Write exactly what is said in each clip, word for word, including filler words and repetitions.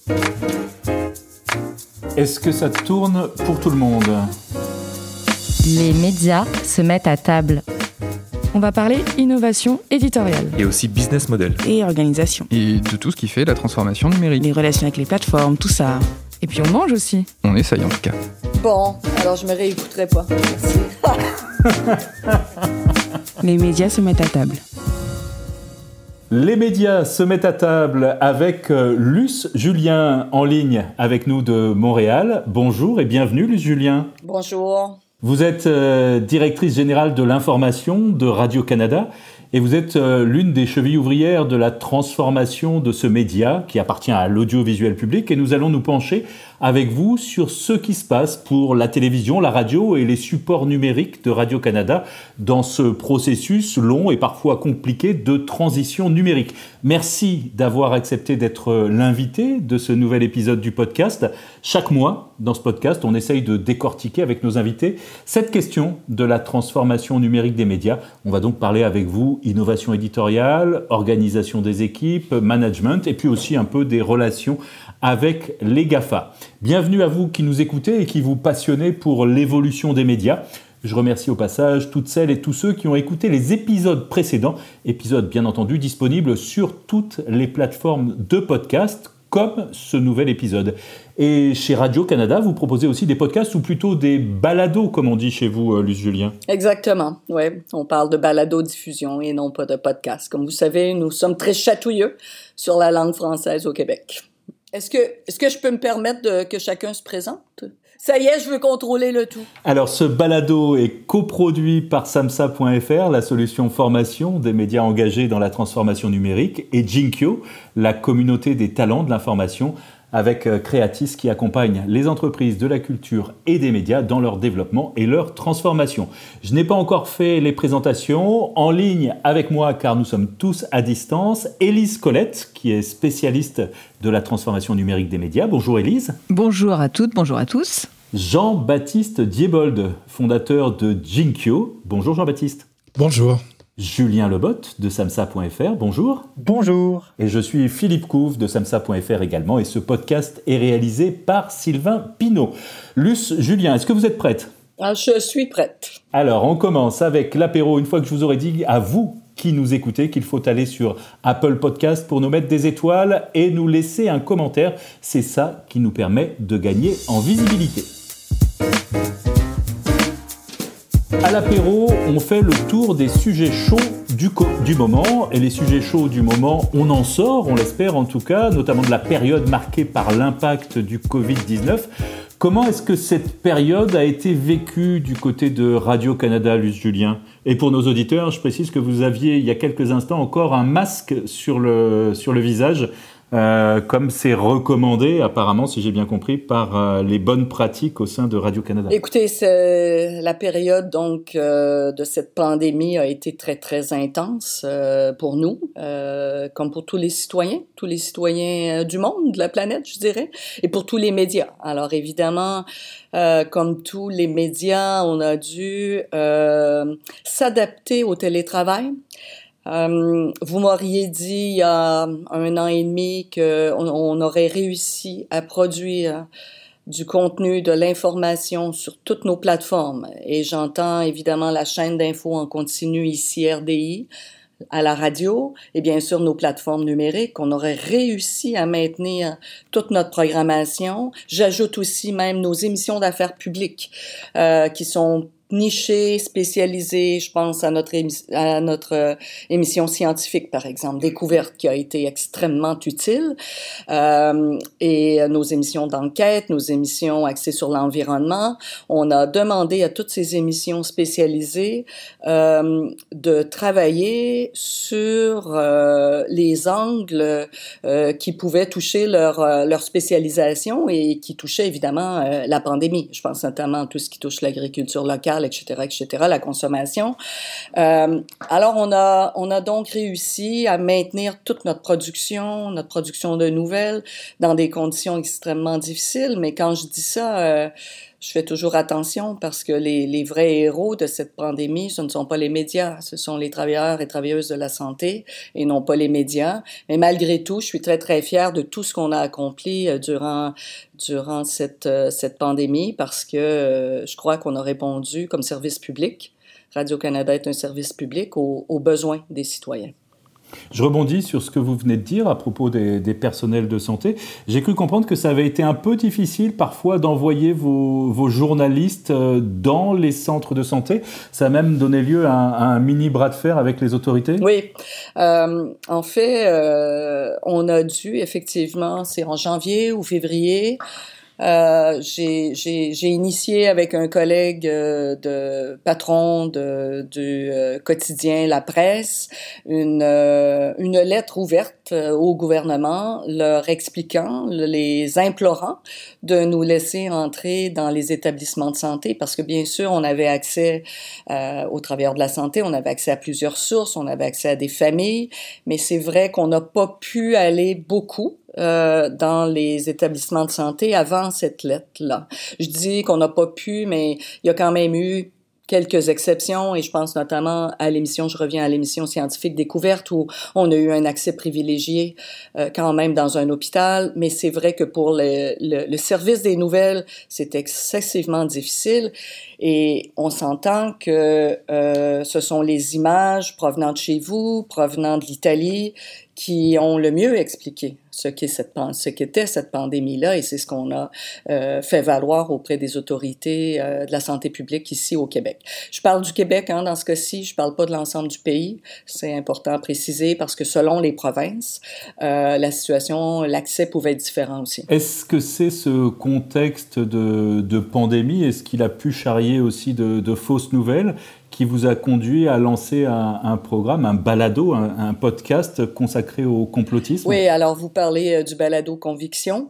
Est-ce que ça tourne pour tout le monde ? Les médias se mettent à table. On va parler innovation éditoriale. Et aussi business model. Et organisation. Et de tout ce qui fait la transformation numérique. Les relations avec les plateformes, tout ça. Et puis on mange aussi. On essaye en tout cas. Bon, alors je me réécouterai pas. Merci. Les médias se mettent à table. Les médias se mettent à table avec euh, Luce Julien en ligne avec nous de Montréal. Bonjour et bienvenue Luce Julien. Bonjour. Vous êtes euh, directrice générale de l'information de Radio-Canada et vous êtes euh, l'une des chevilles ouvrières de la transformation de ce média qui appartient à l'audiovisuel public et nous allons nous pencher avec vous sur ce qui se passe pour la télévision, la radio et les supports numériques de Radio-Canada dans ce processus long et parfois compliqué de transition numérique. Merci d'avoir accepté d'être l'invité de ce nouvel épisode du podcast. Chaque mois, dans ce podcast, on essaye de décortiquer avec nos invités cette question de la transformation numérique des médias. On va donc parler avec vous innovation éditoriale, organisation des équipes, management et puis aussi un peu des relations avec les GAFA. Bienvenue à vous qui nous écoutez et qui vous passionnez pour l'évolution des médias. Je remercie au passage toutes celles et tous ceux qui ont écouté les épisodes précédents, épisodes bien entendu disponibles sur toutes les plateformes de podcast, comme ce nouvel épisode. Et chez Radio-Canada, vous proposez aussi des podcasts ou plutôt des balados, comme on dit chez vous, Luce Julien. Exactement, oui. On parle de balado-diffusion et non pas de podcast. Comme vous savez, nous sommes très chatouilleux sur la langue française au Québec. Est-ce que, est-ce que je peux me permettre de, que chacun se présente? Ça y est, je veux contrôler le tout. Alors, ce balado est coproduit par samsa point f r, la solution formation des médias engagés dans la transformation numérique, et Jinkyo, la communauté des talents de l'information, avec Creatis qui accompagne les entreprises de la culture et des médias dans leur développement et leur transformation. Je n'ai pas encore fait les présentations. En ligne avec moi, car nous sommes tous à distance, Élise Collette, qui est spécialiste de la transformation numérique des médias. Bonjour Élise. Bonjour à toutes, bonjour à tous. Jean-Baptiste Diebold, fondateur de Jinkyo. Bonjour Jean-Baptiste. Bonjour. Julien Lebotte de samsa point f r, bonjour. Bonjour. Et je suis Philippe Couve de samsa point f r également et ce podcast est réalisé par Sylvain Pinault. Luce, Julien, est-ce que vous êtes prête ? Ah, je suis prête. Alors, on commence avec l'apéro. Une fois que je vous aurai dit à vous qui nous écoutez qu'il faut aller sur Apple Podcast pour nous mettre des étoiles et nous laisser un commentaire. C'est ça qui nous permet de gagner en visibilité. À l'apéro, on fait le tour des sujets chauds du, co- du moment. Et les sujets chauds du moment, on en sort, on l'espère en tout cas, notamment de la période marquée par l'impact du covid dix-neuf. Comment est-ce que cette période a été vécue du côté de Radio-Canada, Luce Julien ? Et pour nos auditeurs, je précise que vous aviez il y a quelques instants encore un masque sur le, sur le visage. Euh, comme c'est recommandé, apparemment, si j'ai bien compris, par euh, les bonnes pratiques au sein de Radio-Canada. Écoutez, c'est, la période donc euh, de cette pandémie a été très, très intense euh, pour nous, euh, comme pour tous les citoyens, tous les citoyens euh, du monde, de la planète, je dirais, et pour tous les médias. Alors évidemment, euh, comme tous les médias, on a dû euh, s'adapter au télétravail. Euh, vous m'auriez dit il y a un an et demi qu'on on aurait réussi à produire du contenu, de l'information sur toutes nos plateformes. Et j'entends évidemment la chaîne d'infos en continu ici, R D I, à la radio, et bien sûr nos plateformes numériques. On aurait réussi à maintenir toute notre programmation. J'ajoute aussi même nos émissions d'affaires publiques euh, qui sont nichée, spécialisée, je pense à notre, émi- à notre euh, émission scientifique, par exemple, Découverte, qui a été extrêmement utile, euh, et nos émissions d'enquête, nos émissions axées sur l'environnement. On a demandé à toutes ces émissions spécialisées euh, de travailler sur euh, les angles euh, qui pouvaient toucher leur, euh, leur spécialisation et qui touchaient évidemment euh, la pandémie. Je pense notamment à tout ce qui touche l'agriculture locale, et cetera, et cetera, la consommation. Euh, alors, on a, on a donc réussi à maintenir toute notre production, notre production de nouvelles, dans des conditions extrêmement difficiles. Mais quand je dis ça, euh, je fais toujours attention parce que les, les vrais héros de cette pandémie, ce ne sont pas les médias, ce sont les travailleurs et travailleuses de la santé et non pas les médias. Mais malgré tout, je suis très, très fière de tout ce qu'on a accompli durant, durant cette, cette pandémie parce que euh, je crois qu'on a répondu comme service public. Radio-Canada est un service public aux, aux besoins des citoyens. Je rebondis sur ce que vous venez de dire à propos des, des personnels de santé. J'ai cru comprendre que ça avait été un peu difficile parfois d'envoyer vos, vos journalistes dans les centres de santé. Ça a même donné lieu à un, à un mini bras de fer avec les autorités? Oui. Euh, en fait, euh, on a dû effectivement, c'est en janvier ou février, Euh, j'ai, j'ai, j'ai initié avec un collègue euh, de patron de, du euh, quotidien La Presse une, euh, une lettre ouverte euh, au gouvernement leur expliquant, les implorant de nous laisser entrer dans les établissements de santé parce que bien sûr on avait accès euh, aux travailleurs de la santé, on avait accès à plusieurs sources, on avait accès à des familles, mais c'est vrai qu'on n'a pas pu aller beaucoup Euh, dans les établissements de santé avant cette lettre-là. Je dis qu'on n'a pas pu, mais il y a quand même eu quelques exceptions, et je pense notamment à l'émission, je reviens à l'émission Scientifique Découverte, où on a eu un accès privilégié euh, quand même dans un hôpital, mais c'est vrai que pour le, le, le service des nouvelles, c'est excessivement difficile, et on s'entend que euh, ce sont les images provenant de chez vous, provenant de l'Italie, qui ont le mieux expliqué ce qu'est cette ce qu'était cette pandémie-là, et c'est ce qu'on a euh, fait valoir auprès des autorités euh, de la santé publique ici au Québec. Je parle du Québec hein, dans ce cas-ci, je parle pas de l'ensemble du pays, c'est important à préciser parce que selon les provinces, euh, la situation, l'accès pouvait être différent aussi. Est-ce que c'est ce contexte de, de pandémie, est-ce qu'il a pu charrier aussi de, de fausses nouvelles qui vous a conduit à lancer un, un programme, un balado, un, un podcast consacré au complotisme? Oui, alors vous parlez euh, du balado Conviction.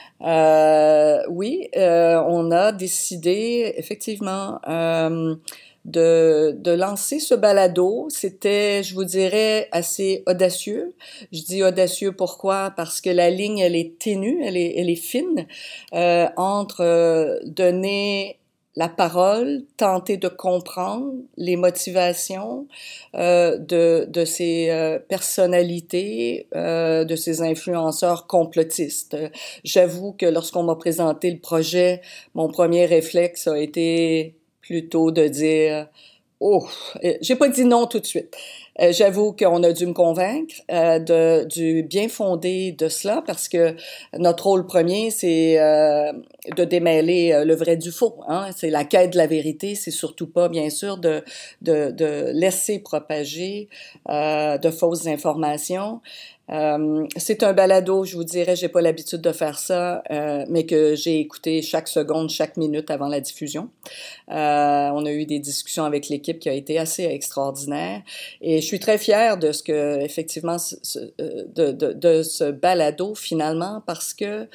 Euh, oui, euh, on a décidé effectivement euh, de, de lancer ce balado. C'était, je vous dirais, assez audacieux. Je dis audacieux pourquoi? Parce que la ligne, elle est ténue, elle est, elle est fine euh, entre euh, donner la parole, tenter de comprendre les motivations euh, de, de ces euh, personnalités, euh, de ces influenceurs complotistes. J'avoue que lorsqu'on m'a présenté le projet, mon premier réflexe a été plutôt de dire « Oh! » J'ai pas dit non tout de suite. Euh, j'avoue qu'on a dû me convaincre euh, de, du bien fondé de cela parce que notre rôle premier, c'est euh, de démêler euh, le vrai du faux. Hein? C'est la quête de la vérité. C'est surtout pas, bien sûr, de, de, de laisser propager euh, de fausses informations. Euh, c'est un balado, je vous dirais, j'ai pas l'habitude de faire ça, euh, mais que j'ai écouté chaque seconde, chaque minute avant la diffusion. Euh, on a eu des discussions avec l'équipe qui a été assez extraordinaire, et je suis très fière de ce que, effectivement, ce, de, de, de ce balado finalement, parce que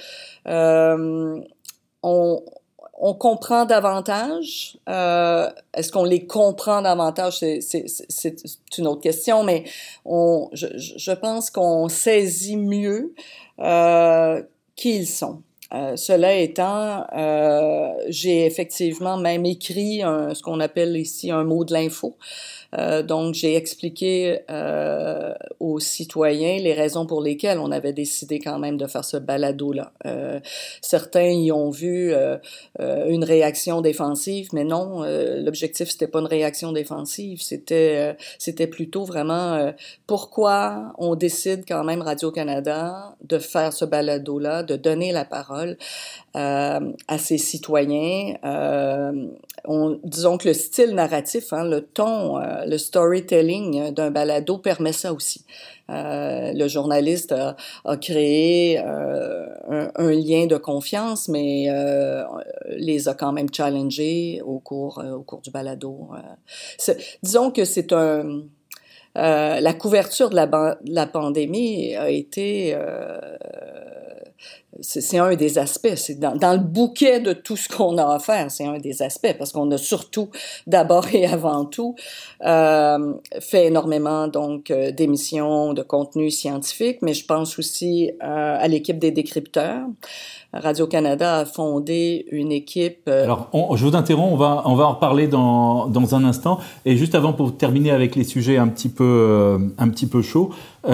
euh, on On comprend davantage. Euh, est-ce qu'on les comprend davantage? C'est, c'est, c'est une autre question, mais on, je, je pense qu'on saisit mieux euh, qui ils sont. Euh, cela étant, euh, j'ai effectivement même écrit un, ce qu'on appelle ici un mot de l'info. Euh, donc, j'ai expliqué euh, aux citoyens les raisons pour lesquelles on avait décidé quand même de faire ce balado-là. Euh, certains y ont vu euh, euh, une réaction défensive, mais non, euh, l'objectif, c'était pas une réaction défensive, c'était euh, c'était plutôt vraiment euh, pourquoi on décide quand même Radio-Canada de faire ce balado-là, de donner la parole euh, à ses citoyens. Euh, on, disons que le style narratif, hein, le ton, euh, le storytelling d'un balado permet ça aussi. Euh, le journaliste a, a créé euh, un, un lien de confiance, mais euh, les a quand même challengés au cours, euh, au cours du balado. Euh, disons que c'est un... Euh, la couverture de la, ban- de la pandémie a été... Euh, c'est, c'est un des aspects. C'est dans, dans le bouquet de tout ce qu'on a à faire, c'est un des aspects, parce qu'on a surtout, d'abord et avant tout, euh, fait énormément donc euh, d'émissions, de contenu scientifique, mais je pense aussi euh, à l'équipe des décrypteurs. Radio-Canada a fondé une équipe... Euh... Alors, on, je vous interromps, on va, on va en reparler dans, dans un instant. Et juste avant, pour terminer avec les sujets un petit peu, euh, un petit peu chauds,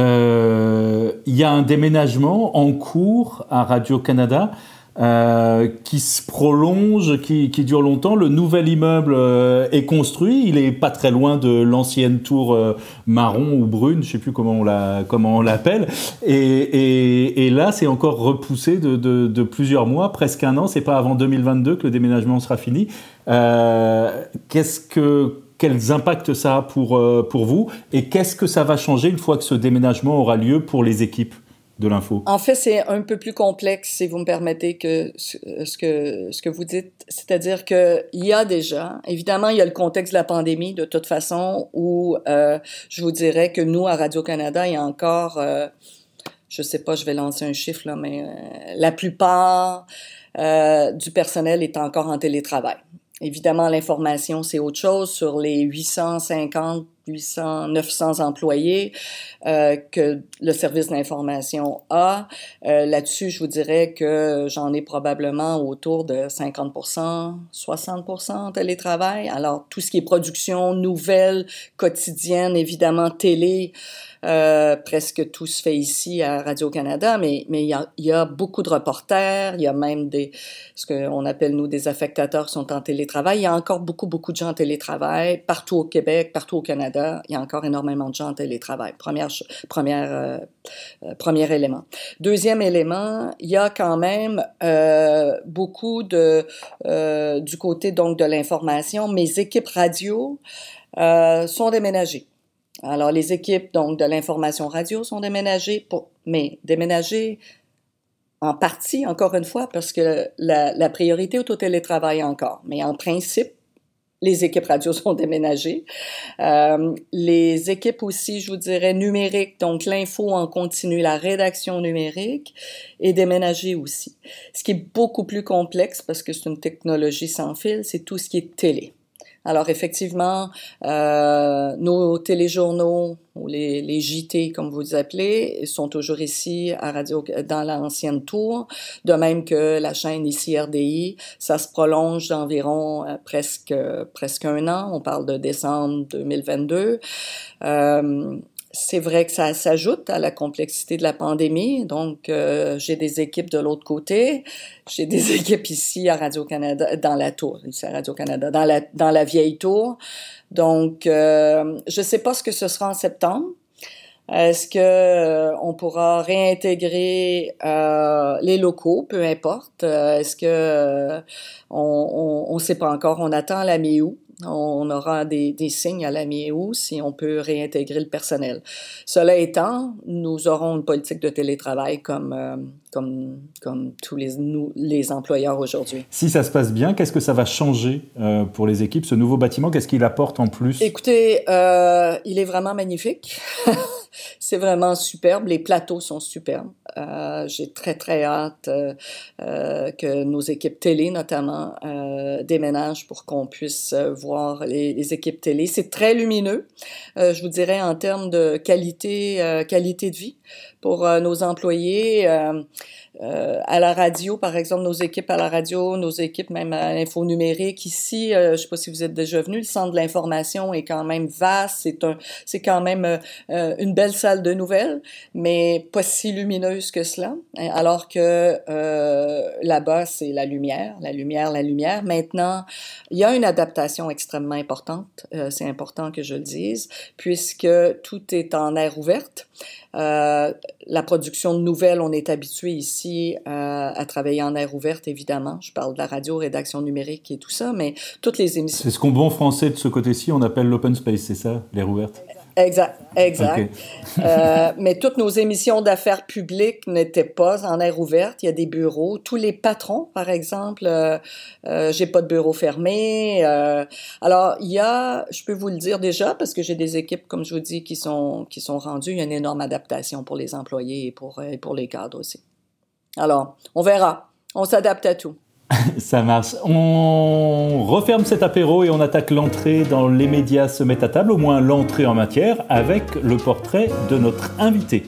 euh, il y a un déménagement en cours à Radio-Canada euh, qui se prolonge, qui, qui dure longtemps. Le nouvel immeuble euh, est construit. Il est pas très loin de l'ancienne tour euh, marron ou brune, je sais plus comment on la, comment on l'appelle. Et, et, et là, c'est encore repoussé de, de, de plusieurs mois, presque un an. C'est pas avant deux mille vingt-deux que le déménagement sera fini. Euh, qu'est-ce que Quels impacts ça a pour, euh, pour vous et qu'est-ce que ça va changer une fois que ce déménagement aura lieu pour les équipes de l'info? En fait, c'est un peu plus complexe, si vous me permettez, que ce que, ce que vous dites. C'est-à-dire que il y a déjà, évidemment, il y a le contexte de la pandémie, de toute façon, où euh, je vous dirais que nous, à Radio-Canada, il y a encore, euh, je sais pas, je vais lancer un chiffre, là, mais euh, la plupart euh, du personnel est encore en télétravail. Évidemment, l'information, c'est autre chose. Sur les huit cent cinquante, huit cents, neuf cents employés euh, que le service d'information a, euh, là-dessus, je vous dirais que j'en ai probablement autour de cinquante pour cent, soixante pour cent en télétravail. Alors, tout ce qui est production, nouvelles, quotidiennes, évidemment, télé, Euh, presque tout se fait ici à Radio-Canada, mais mais il y a, il y a beaucoup de reporters, il y a même des, ce qu'on appelle, nous, des affectateurs qui sont en télétravail. Il y a encore beaucoup, beaucoup de gens en télétravail, partout au Québec, partout au Canada. Il y a encore énormément de gens en télétravail. Première, première, euh, euh, premier élément. Deuxième élément, il y a quand même euh, beaucoup de, euh, du côté donc de l'information, mes équipes radio euh, sont déménagées. Alors, les équipes donc de l'information radio sont déménagées, pour, mais déménagées en partie, encore une fois, parce que la, la priorité est au télétravail encore. Mais en principe, les équipes radio sont déménagées. Euh, les équipes aussi, je vous dirais, numériques, donc l'info en continu, la rédaction numérique, est déménagée aussi. Ce qui est beaucoup plus complexe, parce que c'est une technologie sans fil, c'est tout ce qui est télé. Alors effectivement, euh, nos téléjournaux ou les, les J T comme vous les appelez sont toujours ici à Radio dans l'ancienne tour, de même que la chaîne ici R D I, ça se prolonge d'environ euh, presque euh, presque un an. On parle de décembre deux mille vingt-deux. Euh, C'est vrai que ça s'ajoute à la complexité de la pandémie. Donc, euh, j'ai des équipes de l'autre côté. J'ai des équipes ici à Radio-Canada, dans la tour, ici à Radio-Canada, dans la, dans la vieille tour. Donc, euh, je sais pas ce que ce sera en septembre. Est-ce que euh, on pourra réintégrer euh, les locaux, peu importe. Euh, est-ce que euh, on, on, on sait pas encore. On attend la mi-août. On aura des, des signes à la mi-août si on peut réintégrer le personnel. Cela étant, nous aurons une politique de télétravail comme, euh, comme, comme tous les, nous, les employeurs aujourd'hui. Si ça se passe bien, qu'est-ce que ça va changer euh, pour les équipes, ce nouveau bâtiment? Qu'est-ce qu'il apporte en plus? Écoutez, euh, il est vraiment magnifique. C'est vraiment superbe. Les plateaux sont superbes. Euh, j'ai très, très hâte euh, euh, que nos équipes télé, notamment, euh, déménagent pour qu'on puisse euh, voir les, les équipes télé. C'est très lumineux, euh, je vous dirais, en termes de qualité, euh, qualité de vie pour euh, nos employés. Euh, Euh, à la radio, par exemple, nos équipes à la radio, nos équipes même à l'info numérique. Ici, euh, je sais pas si vous êtes déjà venu, le centre de l'information est quand même vaste. C'est un, c'est quand même euh, une belle salle de nouvelles, mais pas si lumineuse que cela. Alors que euh, là-bas, c'est la lumière, la lumière, la lumière. Maintenant, il y a une adaptation extrêmement importante. Euh, c'est important que je le dise, puisque tout est en aire ouverte. Euh, la production de nouvelles, on est habitué ici euh, à travailler en aire ouverte, évidemment. Je parle de la radio, rédaction numérique et tout ça, mais toutes les émissions... C'est ce qu'en bon français de ce côté-ci, on appelle l'open space, c'est ça, l'aire ouverte? Exact, exact. Okay. euh, mais toutes nos émissions d'affaires publiques n'étaient pas en aire ouverte. Il y a des bureaux. Tous les patrons, par exemple, euh, euh, j'ai pas de bureau fermé. Euh, alors, il y a, je peux vous le dire déjà, parce que j'ai des équipes, comme je vous dis, qui sont qui sont rendues. Il y a une énorme adaptation pour les employés et pour et pour les cadres aussi. Alors, on verra. On s'adapte à tout. Ça marche. On referme cet apéro et on attaque l'entrée dans Les médias se mettent à table, au moins l'entrée en matière, avec le portrait de notre invité.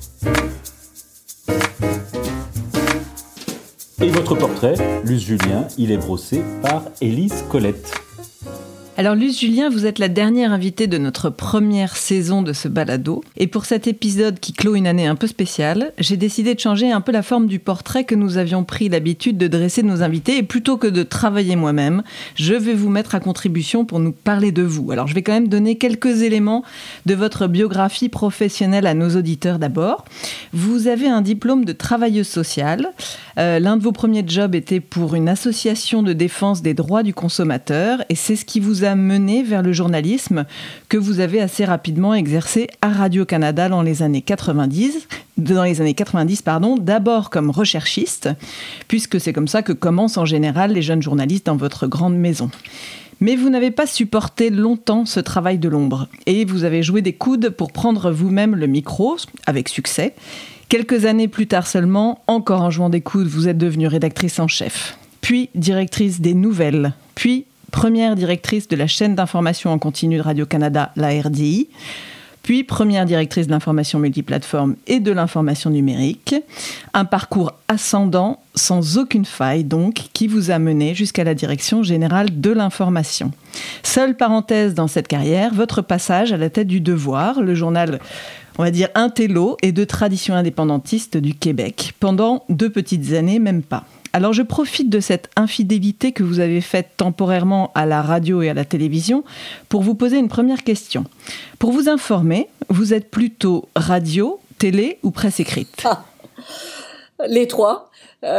Et votre portrait, Luce Julien, il est brossé par Élise Colette. Alors Luce Julien, vous êtes la dernière invitée de notre première saison de ce balado. Et pour cet épisode qui clôt une année un peu spéciale, j'ai décidé de changer un peu la forme du portrait que nous avions pris l'habitude de dresser de nos invités. Et plutôt que de travailler moi-même, je vais vous mettre à contribution pour nous parler de vous. Alors je vais quand même donner quelques éléments de votre biographie professionnelle à nos auditeurs d'abord. Vous avez un diplôme de travailleuse sociale. Euh, l'un de vos premiers jobs était pour une association de défense des droits du consommateur. Et c'est ce qui vous a mené vers le journalisme que vous avez assez rapidement exercé à Radio-Canada dans les années quatre-vingt-dix, dans les années quatre-vingt-dix, pardon, d'abord comme recherchiste, puisque c'est comme ça que commencent en général les jeunes journalistes dans votre grande maison. Mais vous n'avez pas supporté longtemps ce travail de l'ombre, et vous avez joué des coudes pour prendre vous-même le micro, avec succès. Quelques années plus tard seulement, encore en jouant des coudes, vous êtes devenue rédactrice en chef, puis directrice des nouvelles, puis première directrice de la chaîne d'information en continu de Radio-Canada, la R D I, puis première directrice de l'information multiplateforme et de l'information numérique. Un parcours ascendant, sans aucune faille donc, qui vous a mené jusqu'à la direction générale de l'information. Seule parenthèse dans cette carrière, votre passage à la tête du Devoir, le journal, on va dire, intello et de tradition indépendantiste du Québec, pendant deux petites années, même pas. Alors je profite de cette infidélité que vous avez faite temporairement à la radio et à la télévision pour vous poser une première question. Pour vous informer, vous êtes plutôt radio, télé ou presse écrite ? Ah, les trois.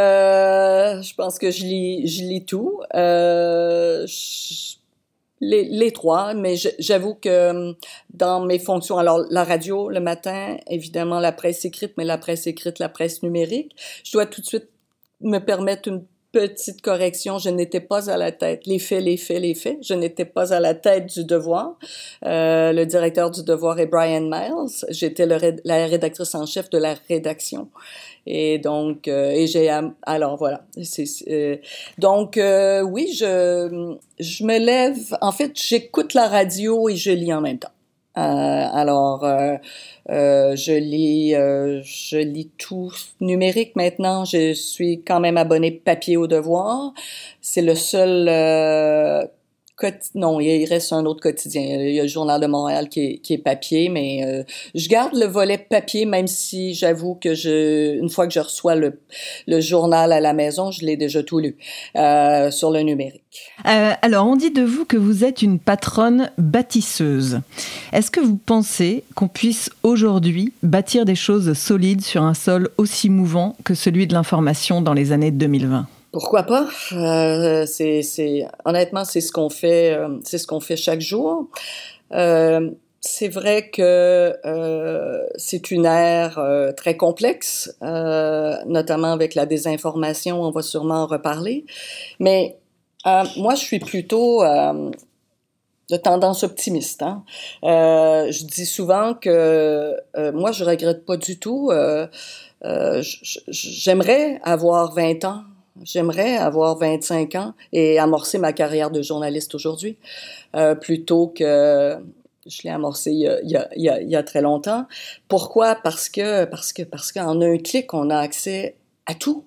Euh, je pense que je lis, je lis tout. Euh, je, les, les trois, mais je, j'avoue que dans mes fonctions, alors la radio le matin, évidemment la presse écrite, mais la presse écrite, la presse numérique, je dois tout de suite me permettre une petite correction. Je n'étais pas à la tête. Les faits, les faits, les faits. Je n'étais pas à la tête du Devoir. Euh, le directeur du Devoir est Brian Miles. J'étais le, la rédactrice en chef de la rédaction. Et donc, euh, et j'ai, alors voilà. C'est, euh, donc, euh, oui, je, je me lève. En fait, j'écoute la radio et je lis en même temps. Euh, alors, euh, euh, je lis, euh, je lis tout numérique maintenant. Je suis quand même abonnée papier au Devoir. C'est le seul. Euh, quoti- non, il reste un autre quotidien. Il y a le Journal de Montréal qui est, qui est papier, mais euh, je garde le volet papier, même si j'avoue que je, une fois que je reçois le, le journal à la maison, je l'ai déjà tout lu euh, sur le numérique. Euh, alors, on dit de vous que vous êtes une patronne bâtisseuse. Est-ce que vous pensez qu'on puisse aujourd'hui bâtir des choses solides sur un sol aussi mouvant que celui de l'information dans les années deux mille vingt ? Pourquoi pas? Euh, c'est, c'est, honnêtement, c'est ce qu'on fait, euh, c'est ce qu'on fait chaque jour. Euh, c'est vrai que euh, c'est une ère euh, très complexe, euh, notamment avec la désinformation, on va sûrement en reparler. Mais euh, moi, je suis plutôt euh, de tendance optimiste. Hein? Euh, je dis souvent que euh, moi, je regrette pas du tout. Euh, euh, j'aimerais avoir vingt ans. J'aimerais avoir vingt-cinq ans et amorcer ma carrière de journaliste aujourd'hui, euh, plutôt que je l'ai amorcée il y a, il y a, il y a, il y a très longtemps. Pourquoi? Parce que, parce que, parce qu'en un clic, on a accès à tout.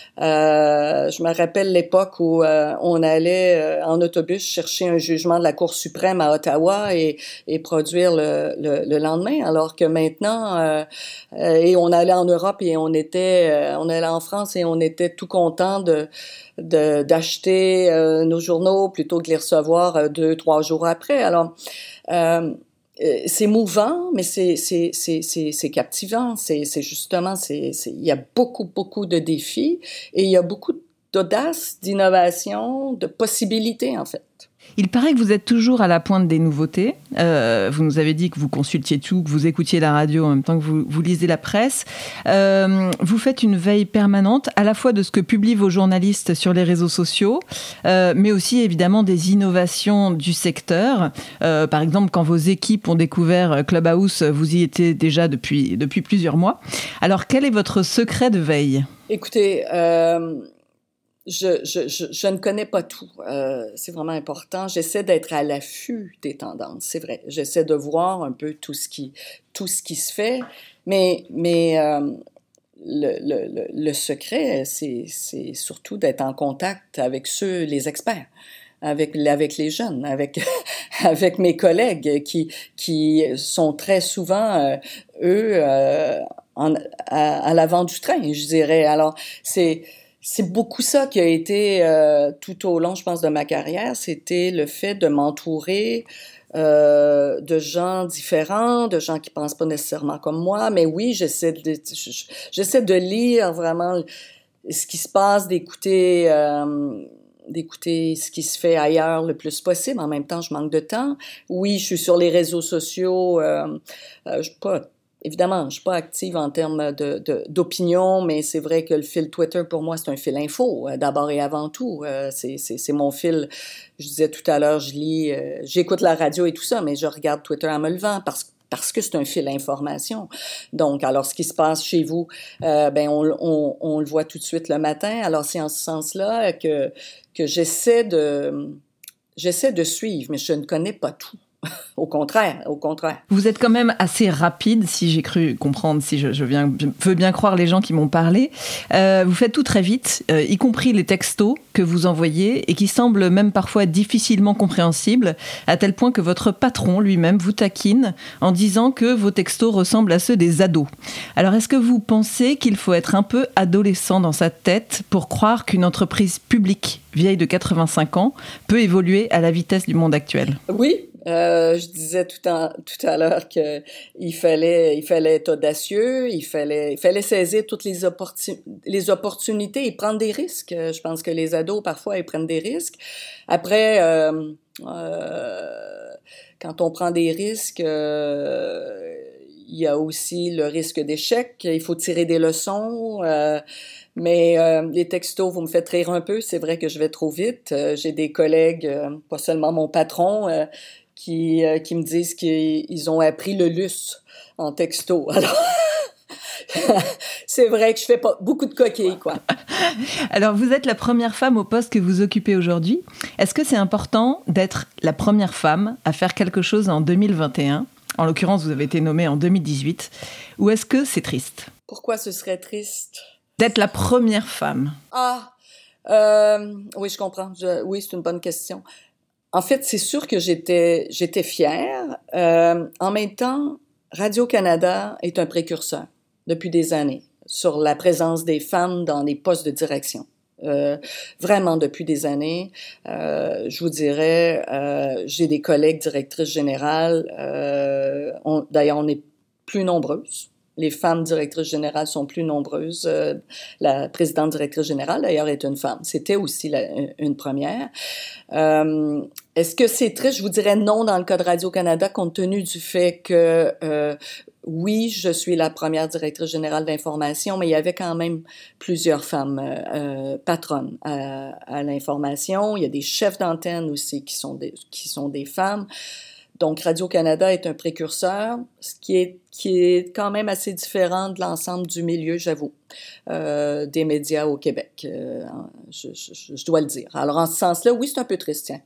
Euh, je me rappelle l'époque où euh, on allait euh, en autobus chercher un jugement de la Cour suprême à Ottawa et, et produire le, le, le lendemain, alors que maintenant, euh, euh, et on allait en Europe et on était, euh, on allait en France et on était tout content de, de d'acheter euh, nos journaux plutôt que de les recevoir euh, deux, trois jours après. Alors, euh, c'est mouvant, mais c'est c'est c'est c'est c'est captivant. C'est c'est justement c'est c'est il y a beaucoup beaucoup de défis et il y a beaucoup d'audace, d'innovation, de possibilités en fait. Il paraît que vous êtes toujours à la pointe des nouveautés. Euh, vous nous avez dit que vous consultiez tout, que vous écoutiez la radio en même temps que vous, vous lisez la presse. Euh, vous faites une veille permanente à la fois de ce que publient vos journalistes sur les réseaux sociaux, euh, mais aussi évidemment des innovations du secteur. Euh, par exemple, quand vos équipes ont découvert Clubhouse, vous y étiez déjà depuis, depuis plusieurs mois. Alors, quel est votre secret de veille ? Écoutez, euh, je, je, je, je ne connais pas tout. Euh, c'est vraiment important. J'essaie d'être à l'affût des tendances, c'est vrai. J'essaie de voir un peu tout ce qui, tout ce qui se fait, mais, mais euh, le, le, le secret, c'est, c'est surtout d'être en contact avec ceux, les experts. Avec, avec les jeunes, avec, avec mes collègues qui, qui sont très souvent, euh, eux, euh, en, à, à l'avant du train, je dirais. Alors, c'est, c'est beaucoup ça qui a été euh, tout au long, je pense, de ma carrière. C'était le fait de m'entourer euh, de gens différents, de gens qui pensent pas nécessairement comme moi. Mais oui, j'essaie de, j'essaie de lire vraiment ce qui se passe, d'écouter... Euh, d'écouter ce qui se fait ailleurs le plus possible. En même temps, je manque de temps. Oui, je suis sur les réseaux sociaux. Euh, euh, je suis pas, évidemment, je suis pas active en termes de, de, d'opinion, mais c'est vrai que le fil Twitter, pour moi, c'est un fil info, euh, d'abord et avant tout. Euh, c'est, c'est, c'est mon fil. Je disais tout à l'heure, je lis, euh, j'écoute la radio et tout ça, mais je regarde Twitter en me levant parce que parce que c'est un fil d'information. Donc, alors, ce qui se passe chez vous, euh, ben, on, on, on le voit tout de suite le matin. Alors, c'est en ce sens-là que, que j'essaie de, j'essaie de suivre, mais je ne connais pas tout. Au contraire, au contraire. Vous êtes quand même assez rapide, si j'ai cru comprendre, si je, je, viens, je veux bien croire les gens qui m'ont parlé. Euh, vous faites tout très vite, euh, y compris les textos que vous envoyez et qui semblent même parfois difficilement compréhensibles, à tel point que votre patron lui-même vous taquine en disant que vos textos ressemblent à ceux des ados. Alors, est-ce que vous pensez qu'il faut être un peu adolescent dans sa tête pour croire qu'une entreprise publique vieille de quatre-vingt-cinq ans peut évoluer à la vitesse du monde actuel? Oui. Euh, je disais tout, en, tout à l'heure que il fallait, il fallait être audacieux, il fallait, il fallait saisir toutes les, opportun, les opportunités et prendre des risques. Je pense que les ados, parfois, ils prennent des risques. Après, euh, euh, quand on prend des risques, euh, il y a aussi le risque d'échec. Il faut tirer des leçons. Euh, Mais euh, les textos, vous me faites rire un peu. C'est vrai que je vais trop vite. Euh, j'ai des collègues, euh, pas seulement mon patron, euh, qui, euh, qui me disent qu'ils ont appris le luce en texto. Alors, c'est vrai que je fais pas beaucoup de coquilles, quoi. Alors, vous êtes la première femme au poste que vous occupez aujourd'hui. Est-ce que c'est important d'être la première femme à faire quelque chose en deux mille vingt et un ? En l'occurrence, vous avez été nommée en deux mille dix-huit. Ou est-ce que c'est triste ? Pourquoi ce serait triste ? D'être la première femme. Ah, euh, oui, je comprends. Je, oui, c'est une bonne question. En fait, c'est sûr que j'étais, j'étais fière. Euh, en même temps, Radio-Canada est un précurseur depuis des années sur la présence des femmes dans les postes de direction. Euh, vraiment depuis des années. Euh, je vous dirais, euh, j'ai des collègues directrices générales. Euh, on, d'ailleurs, on est plus nombreuses. Les femmes directrices générales sont plus nombreuses. Euh, la présidente directrice générale, d'ailleurs, est une femme. C'était aussi la, une première. Euh, est-ce que c'est triste? Je vous dirais non dans le cas de Radio-Canada, compte tenu du fait que, euh, oui, je suis la première directrice générale d'information, mais il y avait quand même plusieurs femmes euh, patronnes à, à l'information. Il y a des chefs d'antenne aussi qui sont des, qui sont des femmes. Donc, Radio-Canada est un précurseur, ce qui est, qui est quand même assez différent de l'ensemble du milieu, j'avoue, euh, des médias au Québec. Euh, je, je, je dois le dire. Alors, en ce sens-là, oui, c'est un peu triste, tiens.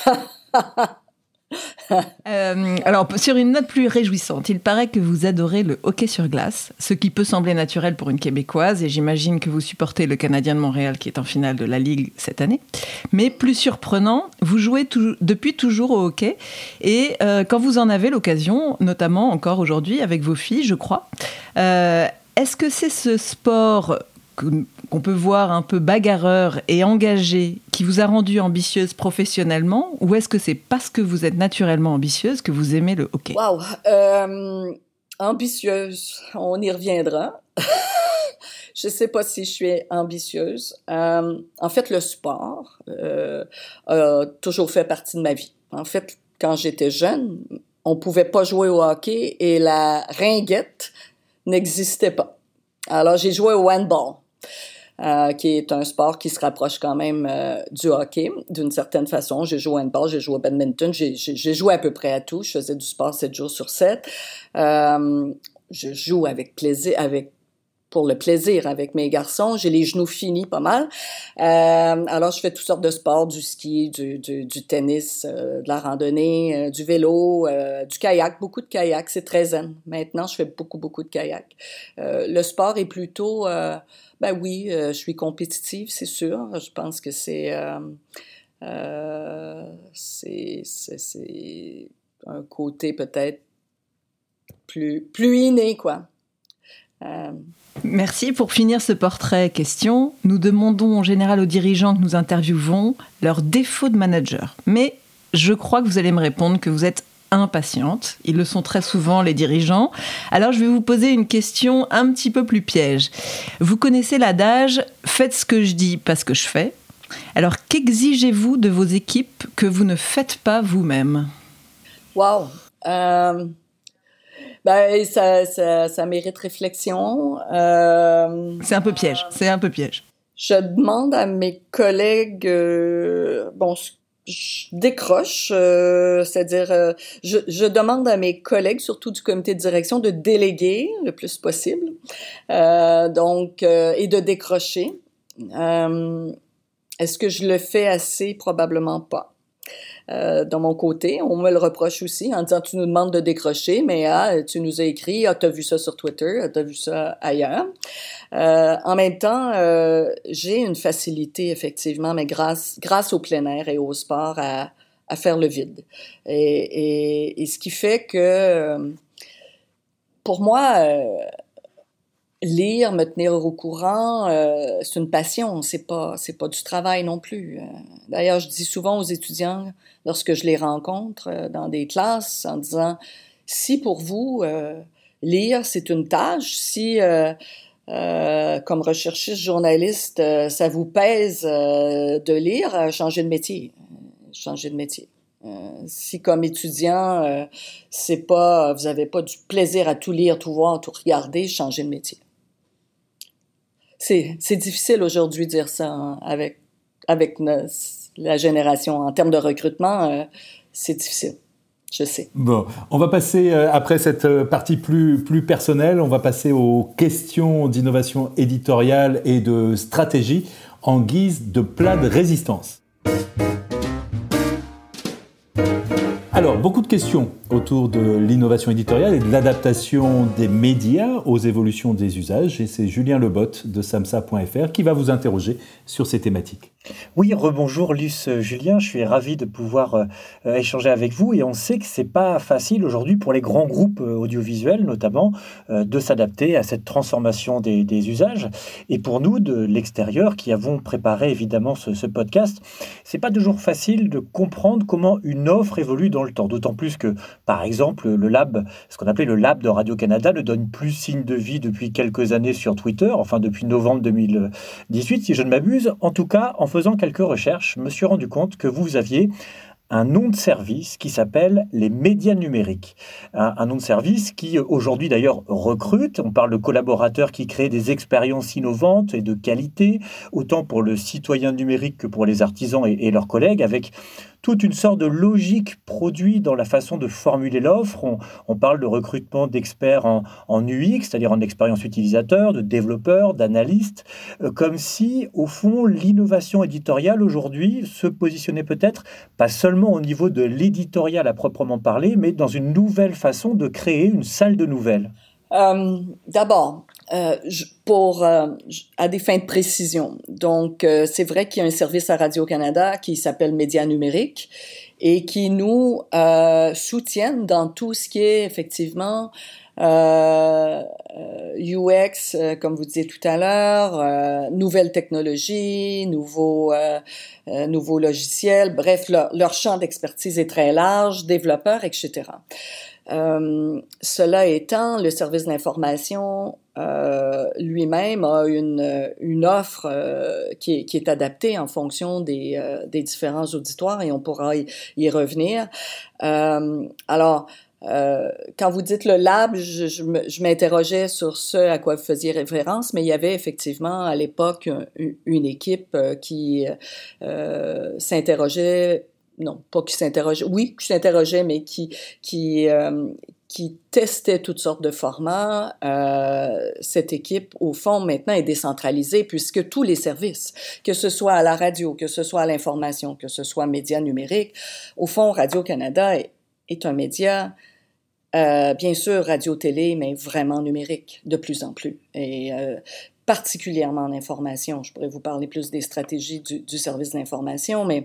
euh, alors, sur une note plus réjouissante, il paraît que vous adorez le hockey sur glace, ce qui peut sembler naturel pour une Québécoise, et j'imagine que vous supportez le Canadien de Montréal qui est en finale de la Ligue cette année. Mais plus surprenant, vous jouez tout, depuis toujours au hockey, et euh, quand vous en avez l'occasion, notamment encore aujourd'hui avec vos filles, je crois, euh, est-ce que c'est ce sport qu'on peut voir un peu bagarreur et engagé qui vous a rendu ambitieuse professionnellement, ou est-ce que c'est parce que vous êtes naturellement ambitieuse que vous aimez le hockey? Wow! Euh, ambitieuse, on y reviendra. Je sais pas si je suis ambitieuse. Euh, en fait, le sport euh, a toujours fait partie de ma vie. En fait, quand j'étais jeune, on pouvait pas jouer au hockey et la ringuette n'existait pas. Alors, j'ai joué au handball. Euh, qui est un sport qui se rapproche quand même euh, du hockey, d'une certaine façon. J'ai joué au handball, j'ai joué au badminton, j'ai, j'ai, j'ai joué à peu près à tout. Je faisais du sport sept jours sur sept. Euh, je joue avec plaisir, avec pour le plaisir avec mes garçons. J'ai les genoux finis pas mal. Euh, alors, je fais toutes sortes de sports, du ski, du, du, du tennis, euh, de la randonnée, euh, du vélo, euh, du kayak, beaucoup de kayak. C'est très zen. Maintenant, je fais beaucoup, beaucoup de kayak. Euh, le sport est plutôt... Euh, ben oui, euh, je suis compétitive, c'est sûr. Je pense que c'est... Euh, euh, c'est, c'est, c'est un côté peut-être plus, plus inné, quoi. Euh, Merci. Pour finir ce portrait question, nous demandons en général aux dirigeants que nous interviewons leurs défauts de manager. Mais je crois que vous allez me répondre que vous êtes impatiente. Ils le sont très souvent, les dirigeants. Alors, je vais vous poser une question un petit peu plus piège. Vous connaissez l'adage « Faites ce que je dis, pas ce que je fais ». Alors, qu'exigez-vous de vos équipes que vous ne faites pas vous-même ? Wow! Euh... Ben, ça, ça, ça mérite réflexion. Euh, c'est un peu piège, c'est un peu piège. Je demande à mes collègues, euh, bon, je décroche, euh, c'est-à-dire, euh, je, je demande à mes collègues, surtout du comité de direction, de déléguer le plus possible, euh, donc, euh, et de décrocher. Euh, est-ce que je le fais assez? Probablement pas. Euh, de mon côté, on me le reproche aussi en disant tu nous demandes de décrocher, mais ah, tu nous as écrit, ah, t'as vu ça sur Twitter, ah, t'as vu ça ailleurs. Euh, en même temps, euh, j'ai une facilité effectivement, mais grâce grâce au plein air et au sport à, à faire le vide. Et, et, et ce qui fait que euh, pour moi, euh, lire, me tenir au courant, euh, c'est une passion, c'est pas c'est pas du travail non plus. Euh, d'ailleurs, je dis souvent aux étudiants, lorsque je les rencontre euh, dans des classes, en disant, si pour vous, euh, lire, c'est une tâche, si, euh, euh, comme recherchiste journaliste, euh, ça vous pèse euh, de lire, euh, changez de métier. Euh, changez de métier. Euh, si comme étudiant, euh, c'est pas, vous avez pas du plaisir à tout lire, tout voir, tout regarder, changez de métier. C'est, c'est difficile aujourd'hui de dire ça hein, avec, avec nos, la génération. En termes de recrutement, euh, c'est difficile. Je sais. Bon, on va passer, euh, après cette partie plus, plus personnelle, on va passer aux questions d'innovation éditoriale et de stratégie en guise de plat de résistance. Alors, beaucoup de questions autour de l'innovation éditoriale et de l'adaptation des médias aux évolutions des usages. Et c'est Julien Lebotte de samsa point f r qui va vous interroger sur ces thématiques. Oui, rebonjour Luce Julien, je suis ravi de pouvoir euh, échanger avec vous et on sait que c'est pas facile aujourd'hui pour les grands groupes audiovisuels notamment euh, de s'adapter à cette transformation des, des usages et pour nous de l'extérieur qui avons préparé évidemment ce, ce podcast, c'est pas toujours facile de comprendre comment une offre évolue dans le temps, d'autant plus que par exemple le lab, ce qu'on appelait le lab de Radio-Canada ne donne plus signe de vie depuis quelques années sur Twitter, enfin depuis novembre deux mille dix-huit si je ne m'abuse, en tout cas en faisant quelques recherches, je me suis rendu compte que vous aviez un nom de service qui s'appelle les médias numériques. Un, un nom de service qui aujourd'hui d'ailleurs recrute. On parle de collaborateurs qui créent des expériences innovantes et de qualité, autant pour le citoyen numérique que pour les artisans et, et leurs collègues, avec toute une sorte de logique produit dans la façon de formuler l'offre. On, on parle de recrutement d'experts en, en U X, c'est-à-dire en expérience utilisateur, de développeurs, d'analystes, euh, comme si, au fond, l'innovation éditoriale aujourd'hui se positionnait peut-être pas seulement au niveau de l'éditorial à proprement parler, mais dans une nouvelle façon de créer une salle de nouvelles. Euh, d'abord, euh, pour euh, à des fins de précision. Donc, euh, c'est vrai qu'il y a un service à Radio-Canada qui s'appelle Médias numériques et qui nous euh, soutiennent dans tout ce qui est effectivement euh, U X, euh, comme vous disiez tout à l'heure, euh, nouvelles technologies, nouveaux euh, euh, nouveaux logiciels. Bref, leur, leur champ d'expertise est très large, développeurs, et cetera. Euh, cela étant, le service d'information euh, lui-même a une, une offre euh, qui, est, qui est adaptée en fonction des, euh, des différents auditoires et on pourra y, y revenir. Euh, alors, euh, quand vous dites le lab, je, je, je m'interrogeais sur ce à quoi vous faisiez référence, mais il y avait effectivement à l'époque une, une équipe qui euh, s'interrogeait. Non, pas qui s'interrogeait, oui, qui s'interrogeait, mais qui qui euh, qui testait toutes sortes de formats. Euh, cette équipe, au fond, maintenant est décentralisée puisque tous les services, que ce soit à la radio, que ce soit à l'information, que ce soit médias numériques, au fond, Radio-Canada est, est un média, euh, bien sûr, radio-télé, mais vraiment numérique, de plus en plus. Et euh, particulièrement en information. Je pourrais vous parler plus des stratégies du, du service d'information, mais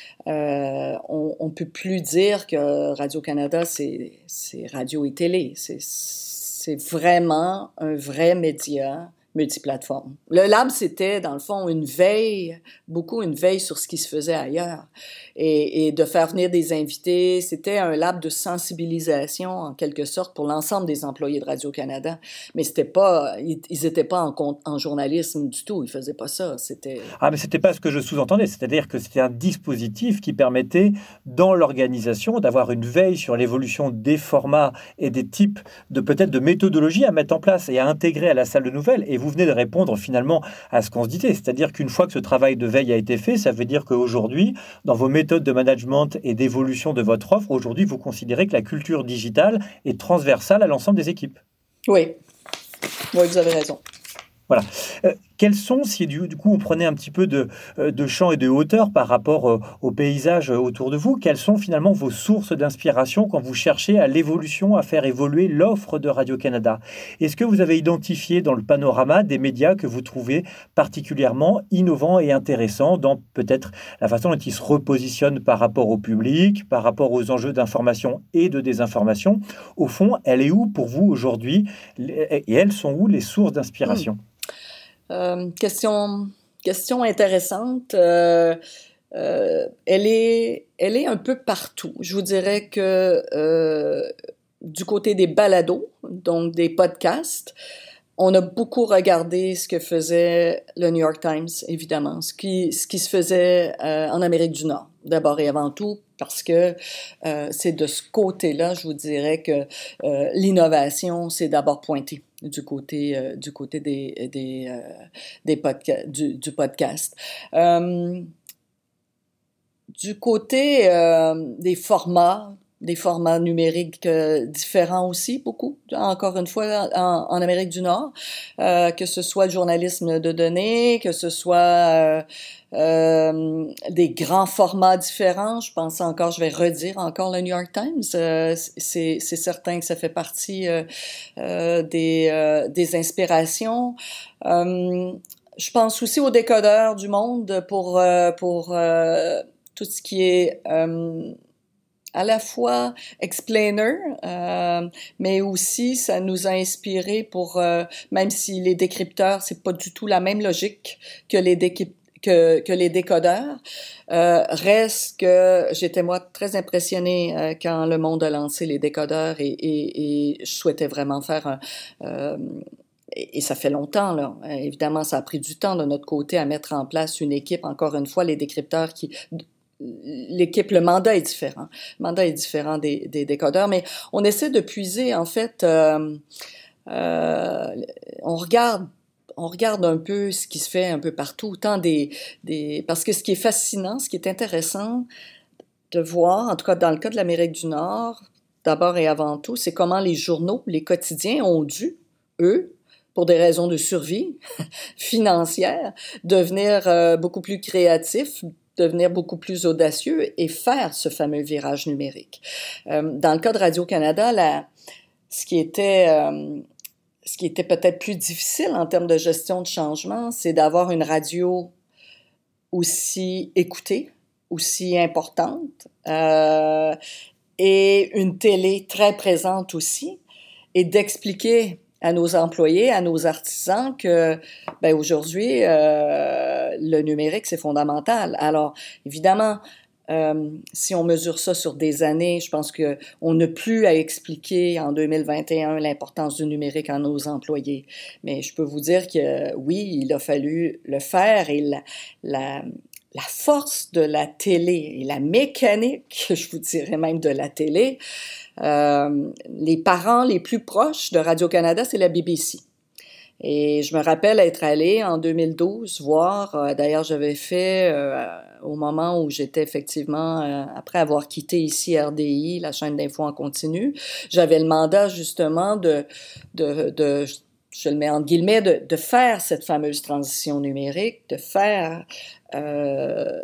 Euh, on ne peut plus dire que Radio-Canada, c'est, c'est radio et télé. C'est, c'est vraiment un vrai média multiplateforme. Le lab, c'était, dans le fond, une veille, beaucoup une veille sur ce qui se faisait ailleurs. Et, et de faire venir des invités, c'était un lab de sensibilisation, en quelque sorte, pour l'ensemble des employés de Radio-Canada. Mais c'était pas, ils n'étaient pas en, en journalisme du tout, ils faisaient pas ça. C'était... Ah, mais c'était pas ce que je sous-entendais, c'est-à-dire que c'était un dispositif qui permettait, dans l'organisation, d'avoir une veille sur l'évolution des formats et des types de, peut-être, de méthodologies à mettre en place et à intégrer à la salle de nouvelles. Et vous venez de répondre finalement à ce qu'on se disait, c'est-à-dire qu'une fois que ce travail de veille a été fait, ça veut dire qu'aujourd'hui, dans vos méthodes de management et d'évolution de votre offre, aujourd'hui, vous considérez que la culture digitale est transversale à l'ensemble des équipes. Oui, oui, vous avez raison. Voilà. Euh, quels sont, si du, du coup on prenait un petit peu de, de champ et de hauteur par rapport euh, au paysage autour de vous, quelles sont finalement vos sources d'inspiration quand vous cherchez à l'évolution, à faire évoluer l'offre de Radio-Canada? Est-ce que vous avez identifié dans le panorama des médias que vous trouvez particulièrement innovants et intéressants dans peut-être la façon dont ils se repositionnent par rapport au public, par rapport aux enjeux d'information et de désinformation? Au fond, elle est où pour vous aujourd'hui et elles sont où les sources d'inspiration? Mmh. Euh, question, question intéressante. Euh, euh, elle est, elle est un peu partout. Je vous dirais que euh, du côté des balados, donc des podcasts, on a beaucoup regardé ce que faisait le New York Times, évidemment, ce qui, ce qui se faisait euh, en Amérique du Nord, d'abord et avant tout, parce que euh, c'est de ce côté-là, je vous dirais que euh, l'innovation, c'est d'abord pointé du côté euh, du côté des des euh, des podcasts du, du podcast. Euh, du côté euh, des formats, des formats numériques euh, différents aussi, beaucoup, encore une fois, en, en Amérique du Nord, euh, que ce soit le journalisme de données, que ce soit euh, euh, des grands formats différents. Je pense encore, je vais redire encore le New York Times. Euh, c'est, c'est certain que ça fait partie euh, euh, des, euh, des inspirations. Euh, je pense aussi aux décodeurs du monde pour, euh, pour euh, tout ce qui est... Euh, à la fois explainer, euh, mais aussi ça nous a inspiré pour, euh, même si les décrypteurs, c'est pas du tout la même logique que les décrypteurs, que, que les décodeurs. Euh, reste que j'étais, moi, très impressionnée euh, quand Le Monde a lancé les décodeurs et, et, et je souhaitais vraiment faire un... Euh, et, et ça fait longtemps, là. Évidemment, ça a pris du temps de notre côté à mettre en place une équipe, encore une fois, les décrypteurs qui... L'équipe, le mandat est différent. Le mandat est différent des, des décodeurs, mais on essaie de puiser, en fait, euh, euh, on regarde on regarde un peu ce qui se fait un peu partout, autant des, des... Parce que ce qui est fascinant, ce qui est intéressant de voir, en tout cas dans le cas de l'Amérique du Nord, d'abord et avant tout, c'est comment les journaux, les quotidiens ont dû, eux, pour des raisons de survie financière, devenir euh, beaucoup plus créatifs, devenir beaucoup plus audacieux et faire ce fameux virage numérique. Euh, dans le cas de Radio-Canada, la, ce qui était, euh, ce qui était peut-être plus difficile en termes de gestion de changement, c'est d'avoir une radio aussi écoutée, aussi importante, euh, et une télé très présente aussi, et d'expliquer à nos employés, à nos artisans que ben aujourd'hui euh, le numérique c'est fondamental. Alors évidemment, euh, si on mesure ça sur des années, je pense que on n'a plus à expliquer en deux mille vingt et un l'importance du numérique à nos employés. Mais je peux vous dire que oui, il a fallu le faire et la, la la force de la télé et la mécanique, je vous dirais même de la télé. Euh, les parents les plus proches de Radio-Canada, c'est la B B C. Et je me rappelle être allée en deux mille douze voir, euh, d'ailleurs j'avais fait euh, au moment où j'étais effectivement, euh, après avoir quitté ici R D I, la chaîne d'info en continu, j'avais le mandat justement de, de, de je le mets en guillemets, de, de faire cette fameuse transition numérique, de faire... Euh,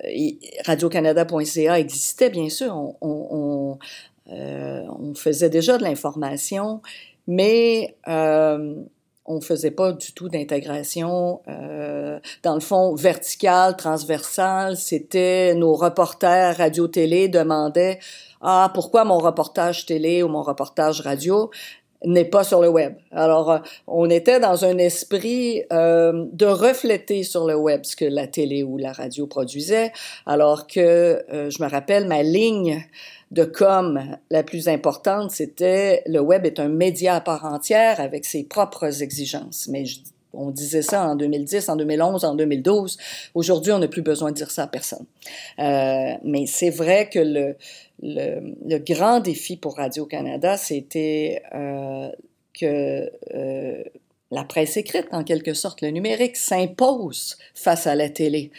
radio canada point c a existait, bien sûr. On, on, on, euh, on faisait déjà de l'information, mais euh, on ne faisait pas du tout d'intégration, euh, dans le fond, verticale, transversale. C'était nos reporters radio-télé demandaient « Ah, pourquoi mon reportage télé ou mon reportage radio ?» n'est pas sur le web. Alors, euh, on était dans un esprit euh, de refléter sur le web ce que la télé ou la radio produisait, alors que, euh, je me rappelle, ma ligne de com la plus importante, c'était le web est un média à part entière avec ses propres exigences. Mais je, on disait ça en deux mille dix, en deux mille onze, en deux mille douze. Aujourd'hui, on n'a plus besoin de dire ça à personne. Euh, mais c'est vrai que le Le, le grand défi pour Radio-Canada, c'était euh, que euh, la presse écrite, en quelque sorte, le numérique, s'impose face à la télé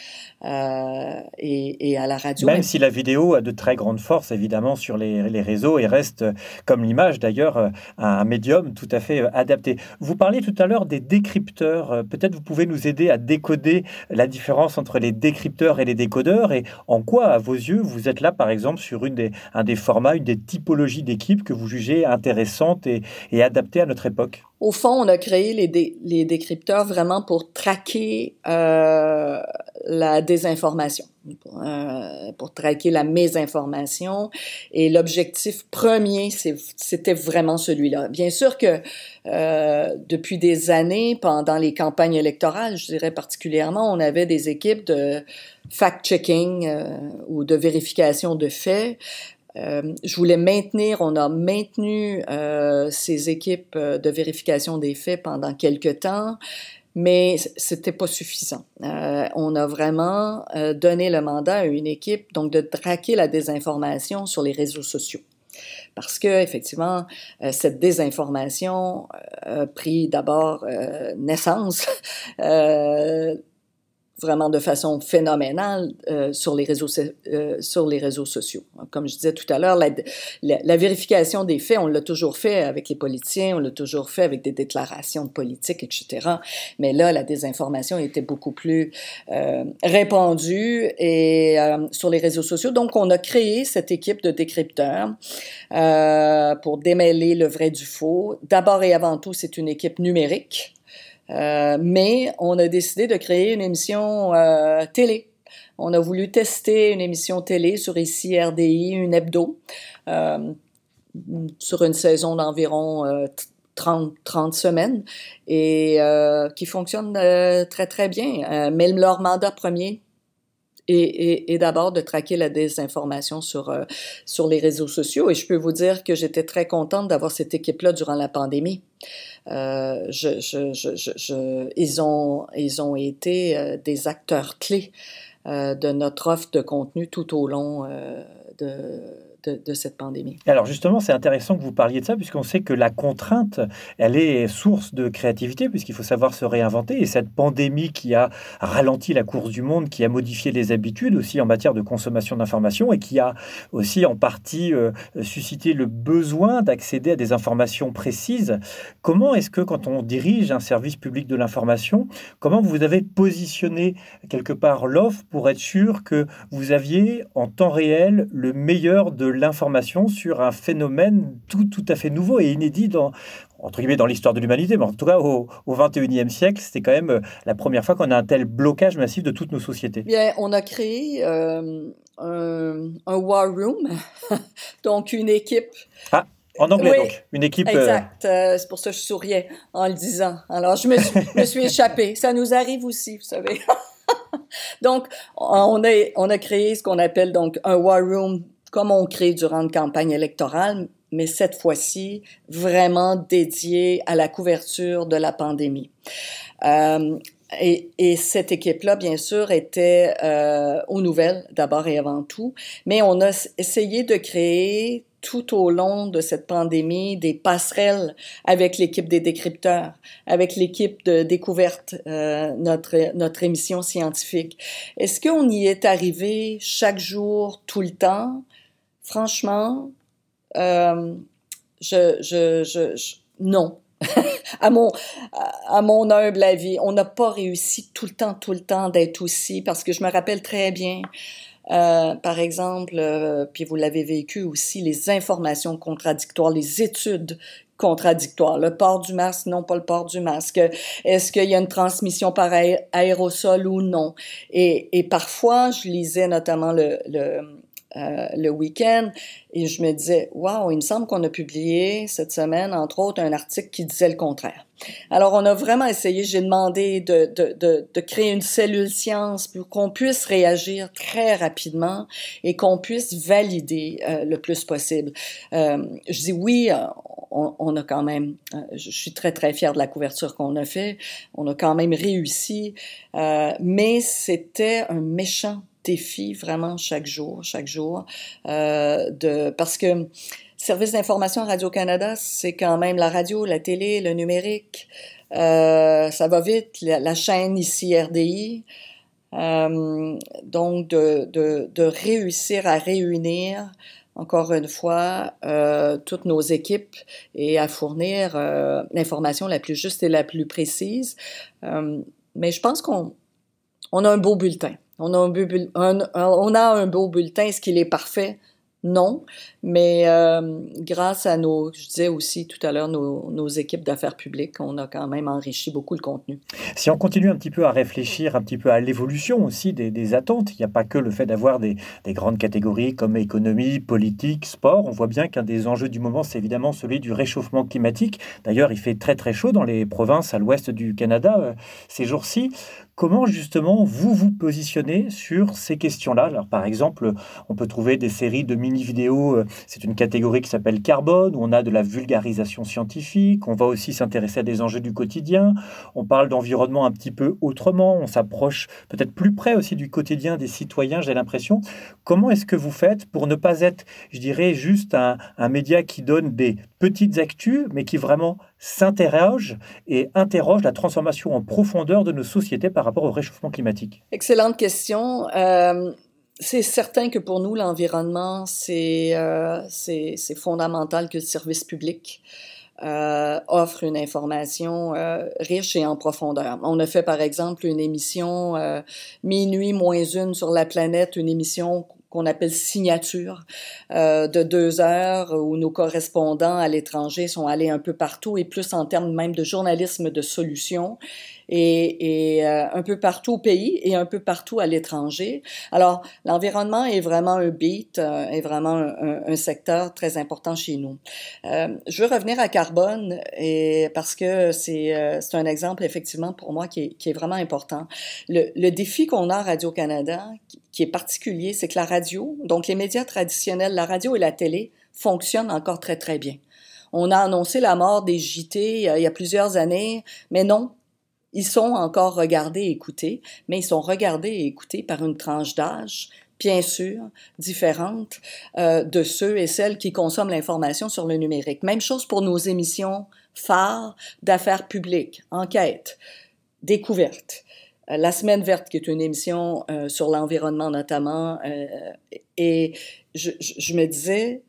euh, et, et à la radio. Même si la vidéo a de très grandes forces, évidemment, sur les, les réseaux et reste, comme l'image d'ailleurs, un médium tout à fait adapté. Vous parliez tout à l'heure des décrypteurs. Peut-être vous pouvez nous aider à décoder la différence entre les décrypteurs et les décodeurs et en quoi, à vos yeux, vous êtes là, par exemple, sur une des, un des formats, une des typologies d'équipes que vous jugez intéressantes et, et adaptées à notre époque. Au fond, on a créé les, dé, les décrypteurs vraiment pour traquer euh, la désinformation, pour, euh, pour traquer la mésinformation. Et l'objectif premier, c'est, c'était vraiment celui-là. Bien sûr que euh, depuis des années, pendant les campagnes électorales, je dirais particulièrement, on avait des équipes de fact-checking euh, ou de vérification de faits. Euh, je voulais maintenir, on a maintenu euh, ces équipes de vérification des faits pendant quelques temps, mais c'était pas suffisant. Euh, on a vraiment euh, donné le mandat à une équipe donc de traquer la désinformation sur les réseaux sociaux. Parce que effectivement, euh, cette désinformation a pris d'abord euh, naissance euh, vraiment de façon phénoménale euh, sur les réseaux euh, sur les réseaux sociaux. Comme je disais tout à l'heure, la, la, la vérification des faits, on l'a toujours fait avec les politiciens, on l'a toujours fait avec des déclarations de politique, et cetera. Mais là, la désinformation était beaucoup plus euh, répandue et euh, sur les réseaux sociaux. Donc, on a créé cette équipe de décrypteurs euh, pour démêler le vrai du faux. D'abord et avant tout, c'est une équipe numérique. Euh, mais on a décidé de créer une émission euh, télé. On a voulu tester une émission télé sur ici R D I, une hebdo, euh, sur une saison d'environ euh, trente, trente semaines et euh, qui fonctionne euh, très, très bien. Euh, mais leur mandat premier est, est, est d'abord de traquer la désinformation sur, euh, sur les réseaux sociaux. Et je peux vous dire que j'étais très contente d'avoir cette équipe-là durant la pandémie. Euh, je, je, je, je, je, ils ont, ils ont été euh, des acteurs clés euh, de notre offre de contenu tout au long euh, de, de, de cette pandémie. Alors justement, c'est intéressant que vous parliez de ça, puisqu'on sait que la contrainte, elle est source de créativité, puisqu'il faut savoir se réinventer. Et cette pandémie qui a ralenti la course du monde, qui a modifié les habitudes aussi en matière de consommation d'informations et qui a aussi en partie euh, suscité le besoin d'accéder à des informations précises. Comment est-ce que, quand on dirige un service public de l'information, comment vous avez positionné quelque part l'offre pour être sûr que vous aviez en temps réel le meilleur de l'information sur un phénomène tout, tout à fait nouveau et inédit dans, entre guillemets, dans l'histoire de l'humanité, mais en tout cas au, au vingt et unième siècle, c'était quand même la première fois qu'on a un tel blocage massif de toutes nos sociétés. Bien, on a créé euh, un, un war room, donc une équipe... Ah, en anglais, oui, donc, une équipe... Exact, euh, c'est pour ça que je souriais en le disant. Alors, je me suis, me suis échappée. Ça nous arrive aussi, vous savez. Donc, on a, on a créé ce qu'on appelle donc un war room, comme on crée durant une campagne électorale, mais cette fois-ci, vraiment dédié à la couverture de la pandémie. Euh, et, et cette équipe-là, bien sûr, était euh, aux nouvelles, d'abord et avant tout, mais on a essayé de créer tout au long de cette pandémie des passerelles avec l'équipe des décrypteurs, avec l'équipe de découverte, euh, notre, notre émission scientifique. Est-ce qu'on y est arrivé chaque jour, tout le temps? Franchement, euh, je, je, je, je, non. à, mon, à mon humble avis, on n'a pas réussi tout le temps, tout le temps d'être aussi, parce que je me rappelle très bien, euh, par exemple, euh, puis vous l'avez vécu aussi, les informations contradictoires, les études contradictoires, le port du masque, non pas le port du masque, est-ce qu'il y a une transmission par aé- aérosol ou non? Et, et parfois, je lisais notamment le... le Euh, le week-end, et je me disais, wow, il me semble qu'on a publié cette semaine, entre autres, un article qui disait le contraire. Alors, on a vraiment essayé, j'ai demandé de, de, de, de créer une cellule science pour qu'on puisse réagir très rapidement et qu'on puisse valider euh, le plus possible. Euh, je dis oui, euh, on, on a quand même, euh, je suis très, très fière de la couverture qu'on a fait, on a quand même réussi, euh, mais c'était un méchant défi vraiment chaque jour, chaque jour, euh, de parce que Service d'information Radio-Canada, c'est quand même la radio, la télé, le numérique, euh, ça va vite, la, la chaîne ici R D I, euh, donc de, de, de réussir à réunir encore une fois euh, toutes nos équipes et à fournir euh, l'information la plus juste et la plus précise. Euh, mais je pense qu'on on a un beau bulletin. On a un, beau, un, on a un beau bulletin. Est-ce qu'il est parfait? Non. Mais euh, grâce à nos, je disais aussi tout à l'heure, nos, nos équipes d'affaires publiques, on a quand même enrichi beaucoup le contenu. Si on continue un petit peu à réfléchir un petit peu à l'évolution aussi des, des attentes, il n'y a pas que le fait d'avoir des, des grandes catégories comme économie, politique, sport. On voit bien qu'un des enjeux du moment, c'est évidemment celui du réchauffement climatique. D'ailleurs, il fait très très chaud dans les provinces à l'ouest du Canada euh, ces jours-ci. Comment justement vous vous positionnez sur ces questions-là? Alors par exemple, on peut trouver des séries de mini-vidéos, c'est une catégorie qui s'appelle Carbone, où on a de la vulgarisation scientifique, on va aussi s'intéresser à des enjeux du quotidien, on parle d'environnement un petit peu autrement, on s'approche peut-être plus près aussi du quotidien des citoyens, j'ai l'impression. Comment est-ce que vous faites pour ne pas être, je dirais, juste un, un média qui donne des petites actus, mais qui vraiment s'interroge et interroge la transformation en profondeur de nos sociétés par rapport au réchauffement climatique? Excellente question. Euh, c'est certain que pour nous, l'environnement, c'est, euh, c'est, c'est fondamental que le service public euh, offre une information euh, riche et en profondeur. On a fait, par exemple, une émission euh, Minuit moins une sur la planète, une émission qu'on appelle signature, euh, de deux heures où nos correspondants à l'étranger sont allés un peu partout et plus en termes même de journalisme de solutions et, et euh, un peu partout au pays et un peu partout à l'étranger. Alors, l'environnement est vraiment un beat, euh, est vraiment un, un secteur très important chez nous. Euh, je veux revenir à Carbone et parce que c'est, euh, c'est un exemple effectivement pour moi qui est, qui est vraiment important. Le, le défi qu'on a à Radio-Canada, qui, qui est particulier, c'est que la radio, donc les médias traditionnels, la radio et la télé, fonctionnent encore très, très bien. On a annoncé la mort des J T euh, il y a plusieurs années, mais non, ils sont encore regardés et écoutés, mais ils sont regardés et écoutés par une tranche d'âge, bien sûr, différente euh, de ceux et celles qui consomment l'information sur le numérique. Même chose pour nos émissions phares d'affaires publiques, enquête, découverte. La Semaine verte, qui est une émission euh, sur l'environnement notamment, euh, et je, je, je me disais,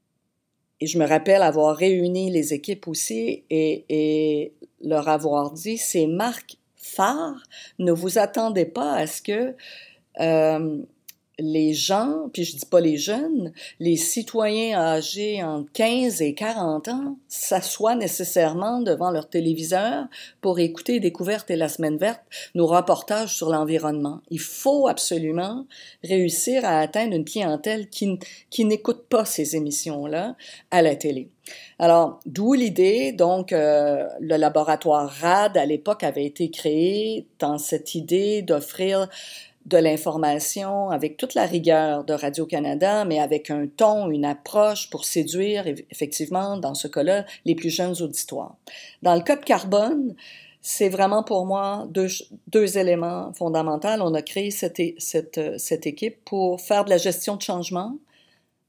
et je me rappelle avoir réuni les équipes aussi et, et leur avoir dit, ces marques phares, ne vous attendez pas à ce que euh, les gens, puis je dis pas les jeunes, les citoyens âgés entre quinze et quarante ans s'assoient nécessairement devant leur téléviseur pour écouter Découverte et la Semaine verte, nos reportages sur l'environnement. Il faut absolument réussir à atteindre une clientèle qui, qui n'écoute pas ces émissions-là à la télé. Alors, d'où l'idée, donc, euh, le laboratoire R A D à l'époque avait été créé dans cette idée d'offrir de l'information avec toute la rigueur de Radio-Canada, mais avec un ton, une approche pour séduire, effectivement, dans ce cas-là, les plus jeunes auditoires. Dans le cas de Carbone, c'est vraiment pour moi deux, deux éléments fondamentaux. On a créé cette, cette, cette équipe pour faire de la gestion de changement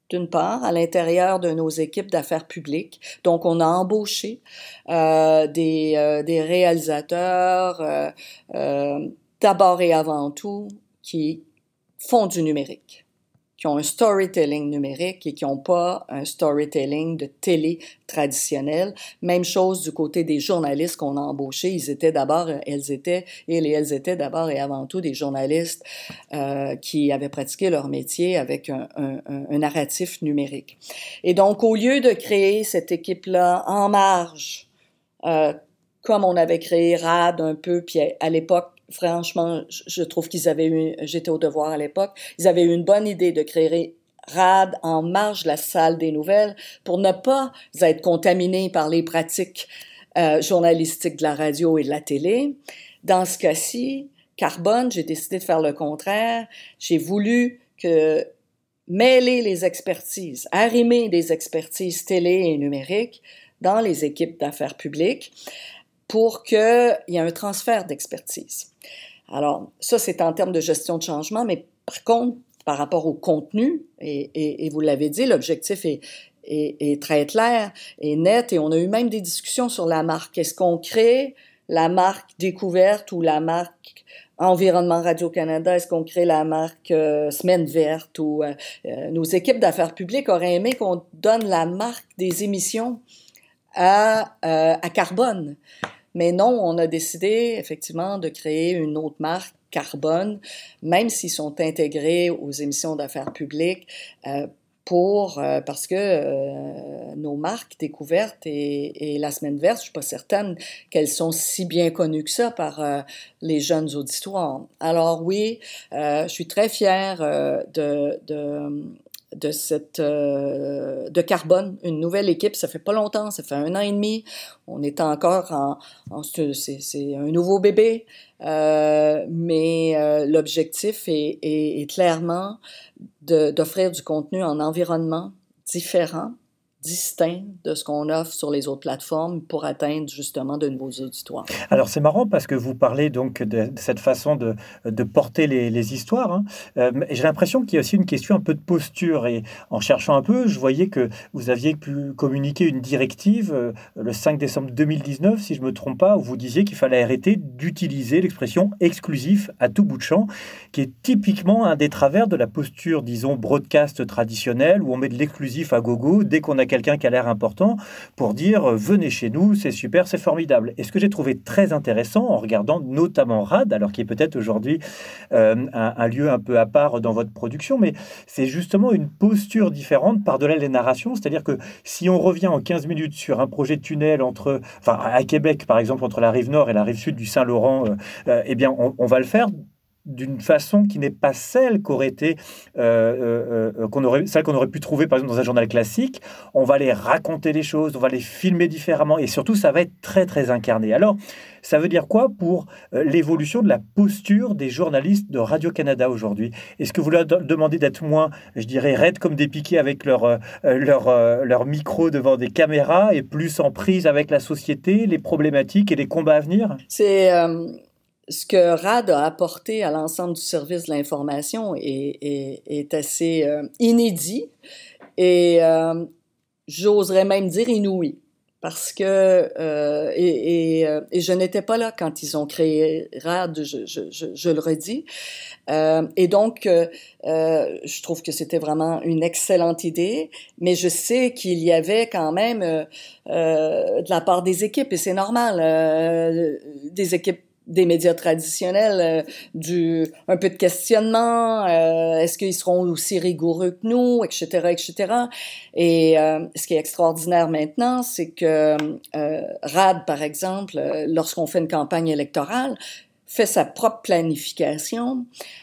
d'une part, à l'intérieur de nos équipes d'affaires publiques. Donc, on a embauché euh, des, euh, des réalisateurs, euh, euh, d'abord et avant tout, qui font du numérique, qui ont un storytelling numérique et qui n'ont pas un storytelling de télé traditionnel. Même chose du côté des journalistes qu'on a embauchés. Ils étaient d'abord, elles étaient, ils et elles étaient d'abord et avant tout des journalistes euh, qui avaient pratiqué leur métier avec un, un, un narratif numérique. Et donc, au lieu de créer cette équipe-là en marge, euh, comme on avait créé R A D un peu, puis à l'époque, franchement, je trouve qu'ils avaient eu, j'étais au devoir à l'époque, ils avaient eu une bonne idée de créer R A D en marge de la salle des nouvelles pour ne pas être contaminés par les pratiques euh, journalistiques de la radio et de la télé. Dans ce cas-ci, Carbone, j'ai décidé de faire le contraire. J'ai voulu que mêler les expertises, arrimer des expertises télé et numériques dans les équipes d'affaires publiques pour qu'il y ait un transfert d'expertise. Alors, ça, c'est en termes de gestion de changement, mais par contre, par rapport au contenu, et, et, et vous l'avez dit, l'objectif est, est, est très clair et net, et on a eu même des discussions sur la marque. Est-ce qu'on crée la marque Découverte ou la marque Environnement Radio-Canada? Est-ce qu'on crée la marque euh, Semaine Verte? Ou euh, euh, nos équipes d'affaires publiques auraient aimé qu'on donne la marque des émissions à, euh, à Carbone. Mais non, on a décidé effectivement de créer une autre marque, Carbone, même s'ils sont intégrés aux émissions d'affaires publiques, euh, pour euh, parce que euh, nos marques Découvertes et, et La Semaine Verte, je suis pas certaine qu'elles sont si bien connues que ça par euh, les jeunes auditoires. Alors oui, euh, je suis très fière euh, de, de de cette euh, de Carbone, une nouvelle équipe. Ça fait pas longtemps, ça fait un an et demi. On est encore en, en c'est, c'est un nouveau bébé, euh, mais euh, l'objectif est, est, est clairement de, d'offrir du contenu en environnement différent, distinct de ce qu'on offre sur les autres plateformes pour atteindre justement de nouveaux auditoires. Alors c'est marrant parce que vous parlez donc de, de cette façon de, de porter les, les histoires. Hein. Euh, j'ai l'impression qu'il y a aussi une question un peu de posture, et en cherchant un peu, je voyais que vous aviez pu communiquer une directive euh, le cinq décembre deux mille dix-neuf, si je ne me trompe pas, où vous disiez qu'il fallait arrêter d'utiliser l'expression exclusif à tout bout de champ, qui est typiquement un des travers de la posture, disons, broadcast traditionnelle, où on met de l'exclusif à gogo dès qu'on a quelqu'un qui a l'air important pour dire « venez chez nous, c'est super, c'est formidable ». Et ce que j'ai trouvé très intéressant en regardant notamment R A D, alors qui est peut-être aujourd'hui euh, un, un lieu un peu à part dans votre production, mais c'est justement une posture différente par-delà les narrations. C'est-à-dire que si on revient en quinze minutes sur un projet de tunnel entre, enfin à Québec par exemple, entre la rive nord et la rive sud du Saint-Laurent, euh, euh, eh bien on, on va le faire d'une façon qui n'est pas celle qu'aurait été euh, euh, qu'on aurait, celle qu'on aurait pu trouver par exemple dans un journal classique. On va les raconter les choses, on va les filmer différemment, et surtout ça va être très très incarné. Alors ça veut dire quoi pour euh, l'évolution de la posture des journalistes de Radio-Canada aujourd'hui? Est-ce que vous leur demandez d'être moins, je dirais, raides comme des piquets avec leur, euh, leur, euh, leur micro devant des caméras, et plus en prise avec la société, les problématiques et les combats à venir? C'est... Euh... Ce que R A D a apporté à l'ensemble du service de l'information est, est, est assez euh, inédit et euh, j'oserais même dire inouï, parce que euh, et, et, et je n'étais pas là quand ils ont créé R A D, je, je, je, je le redis, euh, et donc euh, je trouve que c'était vraiment une excellente idée, mais je sais qu'il y avait quand même euh, euh, de la part des équipes, et c'est normal, euh, des équipes des médias traditionnels, euh, du un peu de questionnement, euh, est-ce qu'ils seront aussi rigoureux que nous, et cetera, et cetera. Et euh, ce qui est extraordinaire maintenant, c'est que euh, R A D, par exemple, euh, lorsqu'on fait une campagne électorale, fait sa propre planification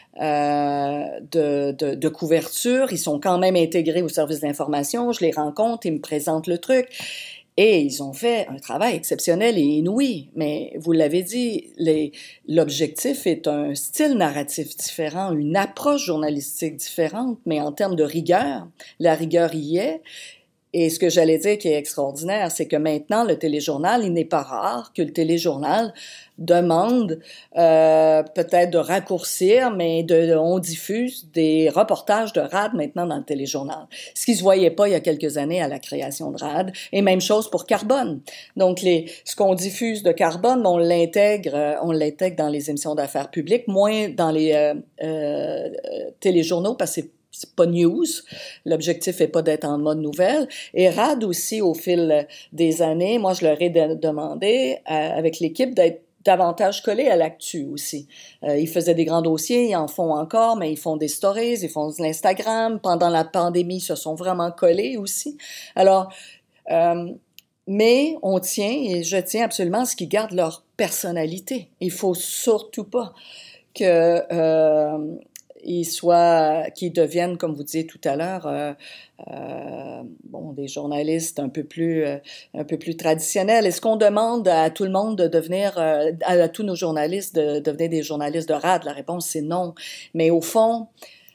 euh, de, de, de couverture. Ils sont quand même intégrés au service d'information. Je les rencontre, ils me présentent le truc. Et ils ont fait un travail exceptionnel et inouï. Mais vous l'avez dit, les, l'objectif est un style narratif différent, une approche journalistique différente, mais en termes de rigueur, la rigueur y est. Et ce que j'allais dire qui est extraordinaire, c'est que maintenant, le téléjournal, il n'est pas rare que le téléjournal demande euh, peut-être de raccourcir, mais de, on diffuse des reportages de R A D maintenant dans le téléjournal. Ce qui ne se voyait pas il y a quelques années à la création de R A D. Et même chose pour Carbone. Donc, les, ce qu'on diffuse de Carbone, on l'intègre, on l'intègre dans les émissions d'affaires publiques, moins dans les euh, euh, téléjournaux parce que c'est c'est pas news. L'objectif est pas d'être en mode nouvelle. Et R A D aussi, au fil des années, moi, je leur ai de- demandé, euh, avec l'équipe, d'être davantage collés à l'actu aussi. Euh, ils faisaient des grands dossiers, ils en font encore, mais ils font des stories, ils font de l'Instagram. Pendant la pandémie, ils se sont vraiment collés aussi. Alors, euh, mais on tient, et je tiens absolument à ce qu'ils gardent leur personnalité. Il faut surtout pas que... Euh, ils soient, qu'ils deviennent, comme vous disiez tout à l'heure, euh, euh, bon, des journalistes un peu plus, euh, un peu plus traditionnels. Est-ce qu'on demande à tout le monde de devenir, euh, à, à tous nos journalistes de devenir des journalistes de R A D? La réponse, c'est non. Mais au fond,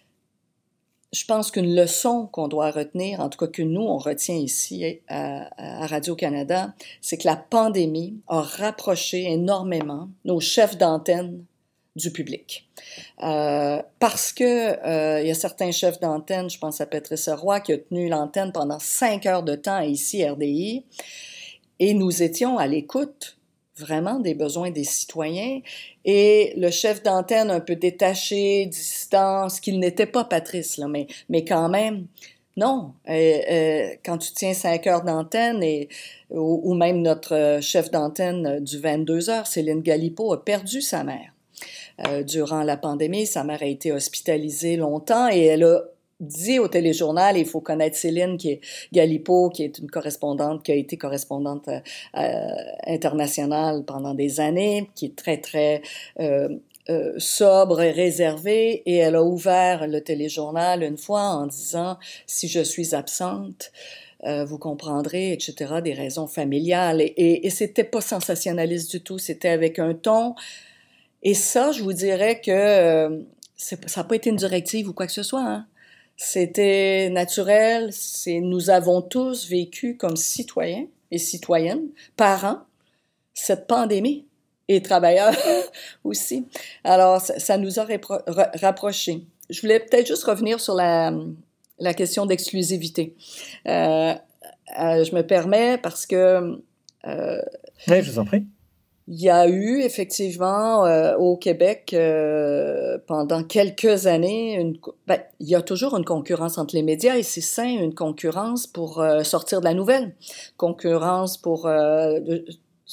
je pense qu'une leçon qu'on doit retenir, en tout cas que nous, on retient ici à, à Radio-Canada, c'est que la pandémie a rapproché énormément nos chefs d'antenne du public. Euh, parce que euh, il y a certains chefs d'antenne, je pense à Patrice Roy, qui a tenu l'antenne pendant cinq heures de temps ici, R D I, et nous étions à l'écoute vraiment des besoins des citoyens, et le chef d'antenne un peu détaché, distant, ce qu'il n'était pas Patrice, là, mais, mais quand même, non, euh, euh, quand tu tiens cinq heures d'antenne, et, ou, ou même notre chef d'antenne du vingt-deux heures, Céline Galipeau, a perdu sa mère. Euh, durant la pandémie, sa mère a été hospitalisée longtemps et elle a dit au téléjournal, il faut connaître Céline qui est Galipeau, qui est une correspondante, qui a été correspondante euh, euh, internationale pendant des années, qui est très, très euh, euh, sobre et réservée, et elle a ouvert le téléjournal une fois en disant « Si je suis absente, Euh, vous comprendrez, et cetera, des raisons familiales. » Et, et, et c'était pas sensationnaliste du tout, c'était avec un ton... Et ça, je vous dirais que euh, c'est, ça n'a pas été une directive ou quoi que ce soit. Hein. C'était naturel. C'est, nous avons tous vécu comme citoyens et citoyennes, parents, cette pandémie et travailleurs aussi. Alors, ça, ça nous a repro- ra- rapprochés. Je voulais peut-être juste revenir sur la, la question d'exclusivité. Euh, euh, je me permets parce que... Euh, oui, je vous en prie. Il y a eu effectivement euh, au Québec euh, pendant quelques années, une, ben, il y a toujours une concurrence entre les médias et c'est sain, une concurrence pour euh, sortir de la nouvelle, concurrence pour euh, le,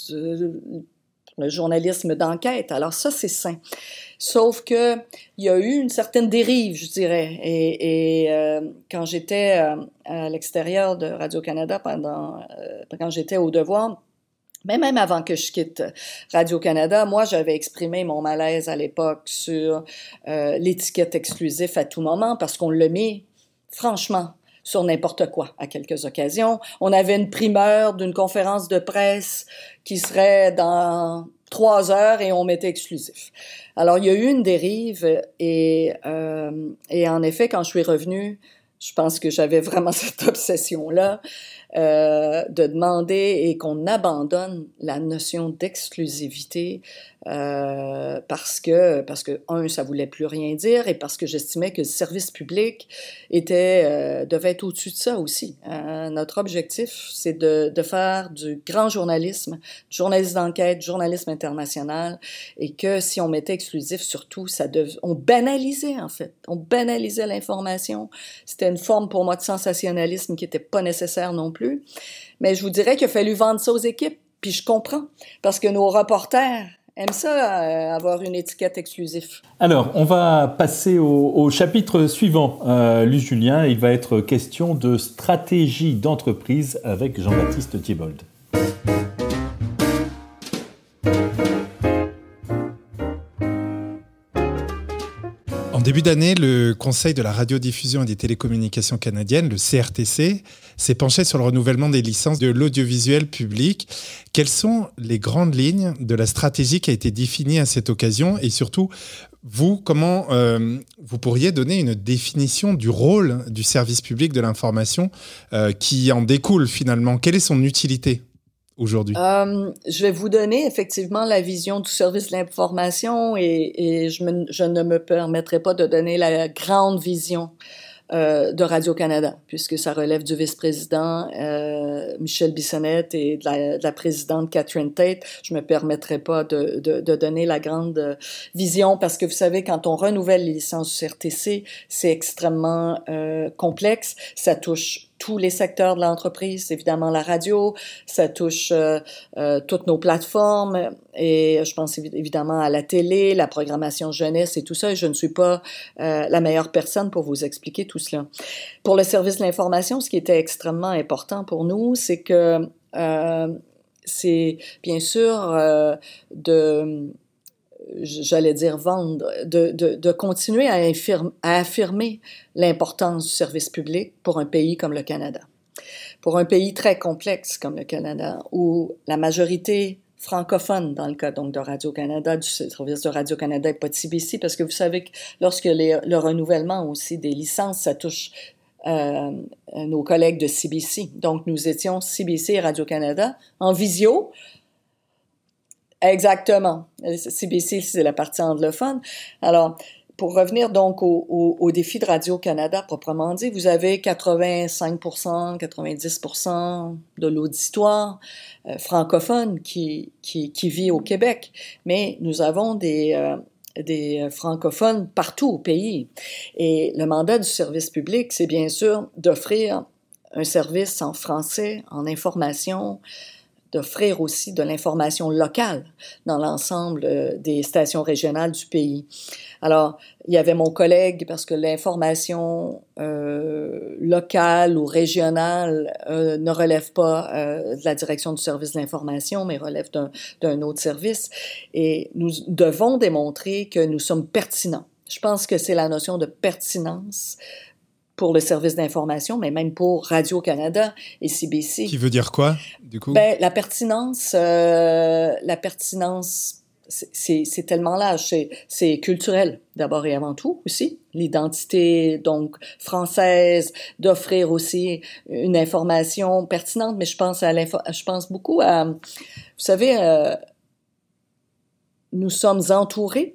le journalisme d'enquête. Alors ça, c'est sain. Sauf que il y a eu une certaine dérive, je dirais. Et, et euh, quand j'étais euh, à l'extérieur de Radio-Canada, pendant euh, quand j'étais au Devoir, mais même avant que je quitte Radio-Canada, moi, j'avais exprimé mon malaise à l'époque sur euh, l'étiquette exclusif à tout moment parce qu'on l'a mis, franchement, sur n'importe quoi à quelques occasions. On avait une primeur d'une conférence de presse qui serait dans trois heures et on mettait exclusif. Alors, il y a eu une dérive et, euh, et en effet, quand je suis revenue, je pense que j'avais vraiment cette obsession-là. Euh, de demander et qu'on abandonne la notion d'exclusivité euh, parce que, parce que, un, ça voulait plus rien dire et parce que j'estimais que le service public était, euh, devait être au-dessus de ça aussi. Euh, notre objectif, c'est de, de faire du grand journalisme, du journalisme d'enquête, du journalisme international et que si on mettait exclusif, surtout, ça dev... on banalisait en fait. On banalisait l'information. C'était une forme pour moi de sensationnalisme qui n'était pas nécessaire non plus. Plus. Mais je vous dirais qu'il a fallu vendre ça aux équipes, puis je comprends, parce que nos reporters aiment ça, euh, avoir une étiquette exclusive. Alors, on va passer au, au chapitre suivant, euh, Luce Julien. Il va être question de stratégie d'entreprise avec Jean-Baptiste Thiébauld. En début d'année, le Conseil de la radiodiffusion et des télécommunications canadiennes, le C R T C, s'est penché sur le renouvellement des licences de l'audiovisuel public. Quelles sont les grandes lignes de la stratégie qui a été définie à cette occasion? Et surtout, Vous, comment euh, vous pourriez donner une définition du rôle du service public de l'information euh, qui en découle finalement? Quelle est son utilité aujourd'hui? Euh, je vais vous donner effectivement la vision du service de l'information et, et je, me, je ne me permettrai pas de donner la grande vision Euh, de Radio-Canada, puisque ça relève du vice-président euh, Michel Bissonnette et de la, de la présidente Catherine Tate. Je me permettrai pas de, de, de donner la grande euh, vision, parce que vous savez, quand on renouvelle les licences du C R T C, c'est extrêmement euh, complexe. Ça touche tous les secteurs de l'entreprise, évidemment la radio, ça touche euh, euh, toutes nos plateformes, et je pense évidemment à la télé, la programmation jeunesse et tout ça, et je ne suis pas euh, la meilleure personne pour vous expliquer tout cela. Pour le service de l'information, ce qui était extrêmement important pour nous, c'est que euh, c'est bien sûr euh, de... j'allais dire vendre, de, de, de continuer à, infirme, à affirmer l'importance du service public pour un pays comme le Canada. Pour un pays très complexe comme le Canada, où la majorité francophone, dans le cas donc de Radio-Canada, du service de Radio-Canada et pas de C B C, parce que vous savez que lorsque les, le renouvellement aussi des licences, ça touche euh, nos collègues de C B C. Donc, nous étions C B C et Radio-Canada en visio. Exactement. C B C, c'est la partie anglophone. Alors, pour revenir donc au, au, au défi de Radio-Canada proprement dit, vous avez quatre-vingt-cinq pour cent, quatre-vingt-dix pour cent de l'auditoire euh, francophone qui, qui, qui vit au Québec. Mais nous avons des, euh, des francophones partout au pays. Et le mandat du service public, c'est bien sûr d'offrir un service en français, en information, d'offrir aussi de l'information locale dans l'ensemble euh, des stations régionales du pays. Alors, il y avait mon collègue, parce que l'information euh, locale ou régionale euh, ne relève pas euh, de la direction du service de l'information, mais relève d'un, d'un autre service. Et nous devons démontrer que nous sommes pertinents. Je pense que c'est la notion de pertinence pour le service d'information, mais même pour Radio-Canada et C B C. Qui veut dire quoi, du coup? Ben, la pertinence, euh, la pertinence, c'est, c'est, c'est tellement large. C'est, c'est culturel, d'abord et avant tout, aussi. L'identité, donc, française, d'offrir aussi une information pertinente, mais je pense à l'info, je pense beaucoup à, vous savez, euh, nous sommes entourés,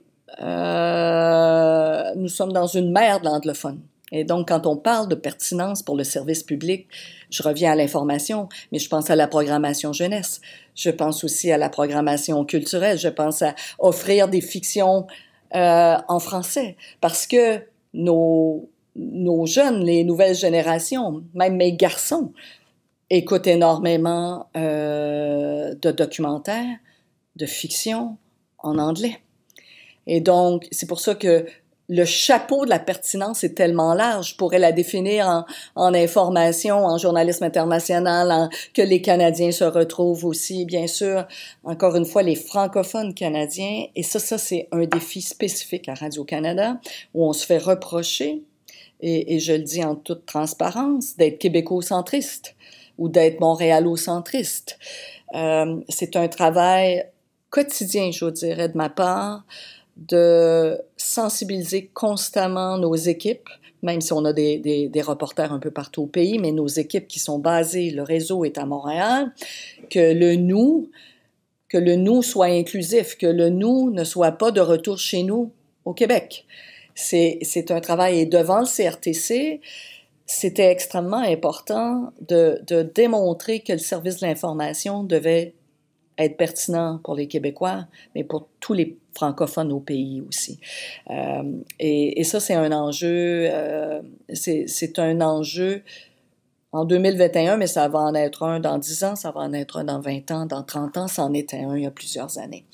euh, nous sommes dans une mer de l'anglophone. Et donc, quand on parle de pertinence pour le service public, je reviens à l'information, mais je pense à la programmation jeunesse. Je pense aussi à la programmation culturelle. Je pense à offrir des fictions euh, en français, parce que nos, nos jeunes, les nouvelles générations, même mes garçons, écoutent énormément euh, de documentaires, de fiction en anglais. Et donc, c'est pour ça que le chapeau de la pertinence est tellement large. Je pourrais la définir en, en information, en journalisme international, en, que les Canadiens se retrouvent aussi, bien sûr. Encore une fois, les francophones canadiens. Et ça, ça, c'est un défi spécifique à Radio-Canada, où on se fait reprocher, et, et je le dis en toute transparence, d'être québécocentriste ou d'être montréalocentriste. Euh, c'est un travail quotidien, je vous dirais, de ma part, de sensibiliser constamment nos équipes, même si on a des, des, des reporters un peu partout au pays, mais nos équipes qui sont basées, le réseau est à Montréal, que le nous, que le nous soit inclusif, que le nous ne soit pas de retour chez nous au Québec. C'est, c'est un travail, et devant le C R T C, c'était extrêmement important de, de démontrer que le service de l'information devait être pertinent pour les Québécois, mais pour tous les francophones au pays aussi. Euh, et, et ça, c'est un enjeu, euh, c'est, c'est un enjeu en deux mille vingt et un, mais ça va en être un dans dix ans, ça va en être un dans vingt ans, dans trente ans, ça en était un il y a plusieurs années.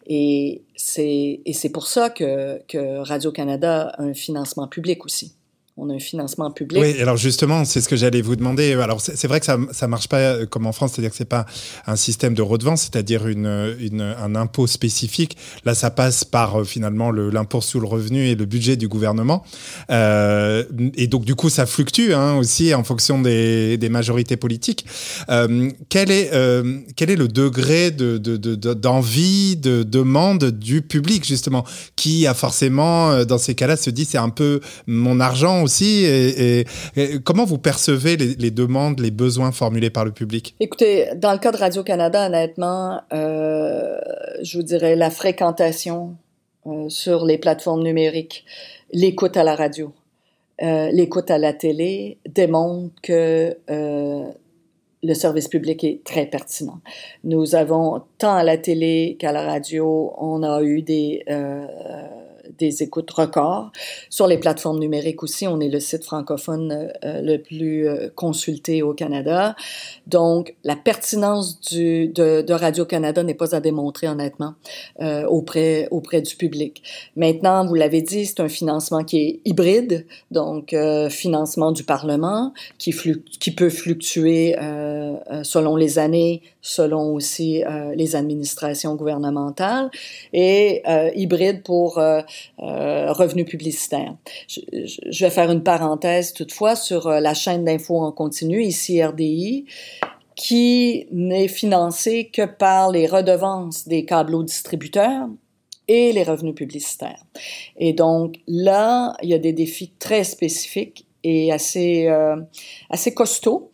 Et c'est, et c'est pour ça que, que Radio-Canada a un financement public aussi. On a un financement public. Oui, alors justement, c'est ce que j'allais vous demander. Alors, c'est, c'est vrai que ça ça marche pas comme en France, c'est-à-dire que c'est pas un système de redevance, c'est-à-dire une, une, un impôt spécifique. Là, ça passe par euh, finalement le, l'impôt sur le revenu et le budget du gouvernement. Euh, et donc, du coup, ça fluctue hein, aussi en fonction des, des majorités politiques. Euh, quel est, euh, quel est le degré de, de, de, de, d'envie, de demande du public, justement, qui a forcément, dans ces cas-là, se dit c'est un peu mon argent aussi, et, et, et comment vous percevez les, les demandes, les besoins formulés par le public? Écoutez, dans le cas de Radio-Canada, honnêtement, euh, je vous dirais la fréquentation euh, sur les plateformes numériques, l'écoute à la radio, euh, l'écoute à la télé démontre que euh, le service public est très pertinent. Nous avons, tant à la télé qu'à la radio, on a eu des... Euh, des écoutes records. Sur les plateformes numériques aussi, on est le site francophone euh, le plus euh, consulté au Canada. Donc, la pertinence du, de, de Radio-Canada n'est pas à démontrer, honnêtement, euh, auprès, auprès du public. Maintenant, vous l'avez dit, c'est un financement qui est hybride, donc euh, financement du Parlement, qui, flu- qui peut fluctuer euh, selon les années, selon aussi euh, les administrations gouvernementales, et euh, hybride pour euh, euh, revenus publicitaires. Je, je vais faire une parenthèse toutefois sur euh, la chaîne d'infos en continu, ici R D I, qui n'est financée que par les redevances des câblos-distributeurs et les revenus publicitaires. Et donc là, il y a des défis très spécifiques et assez euh, assez costaud,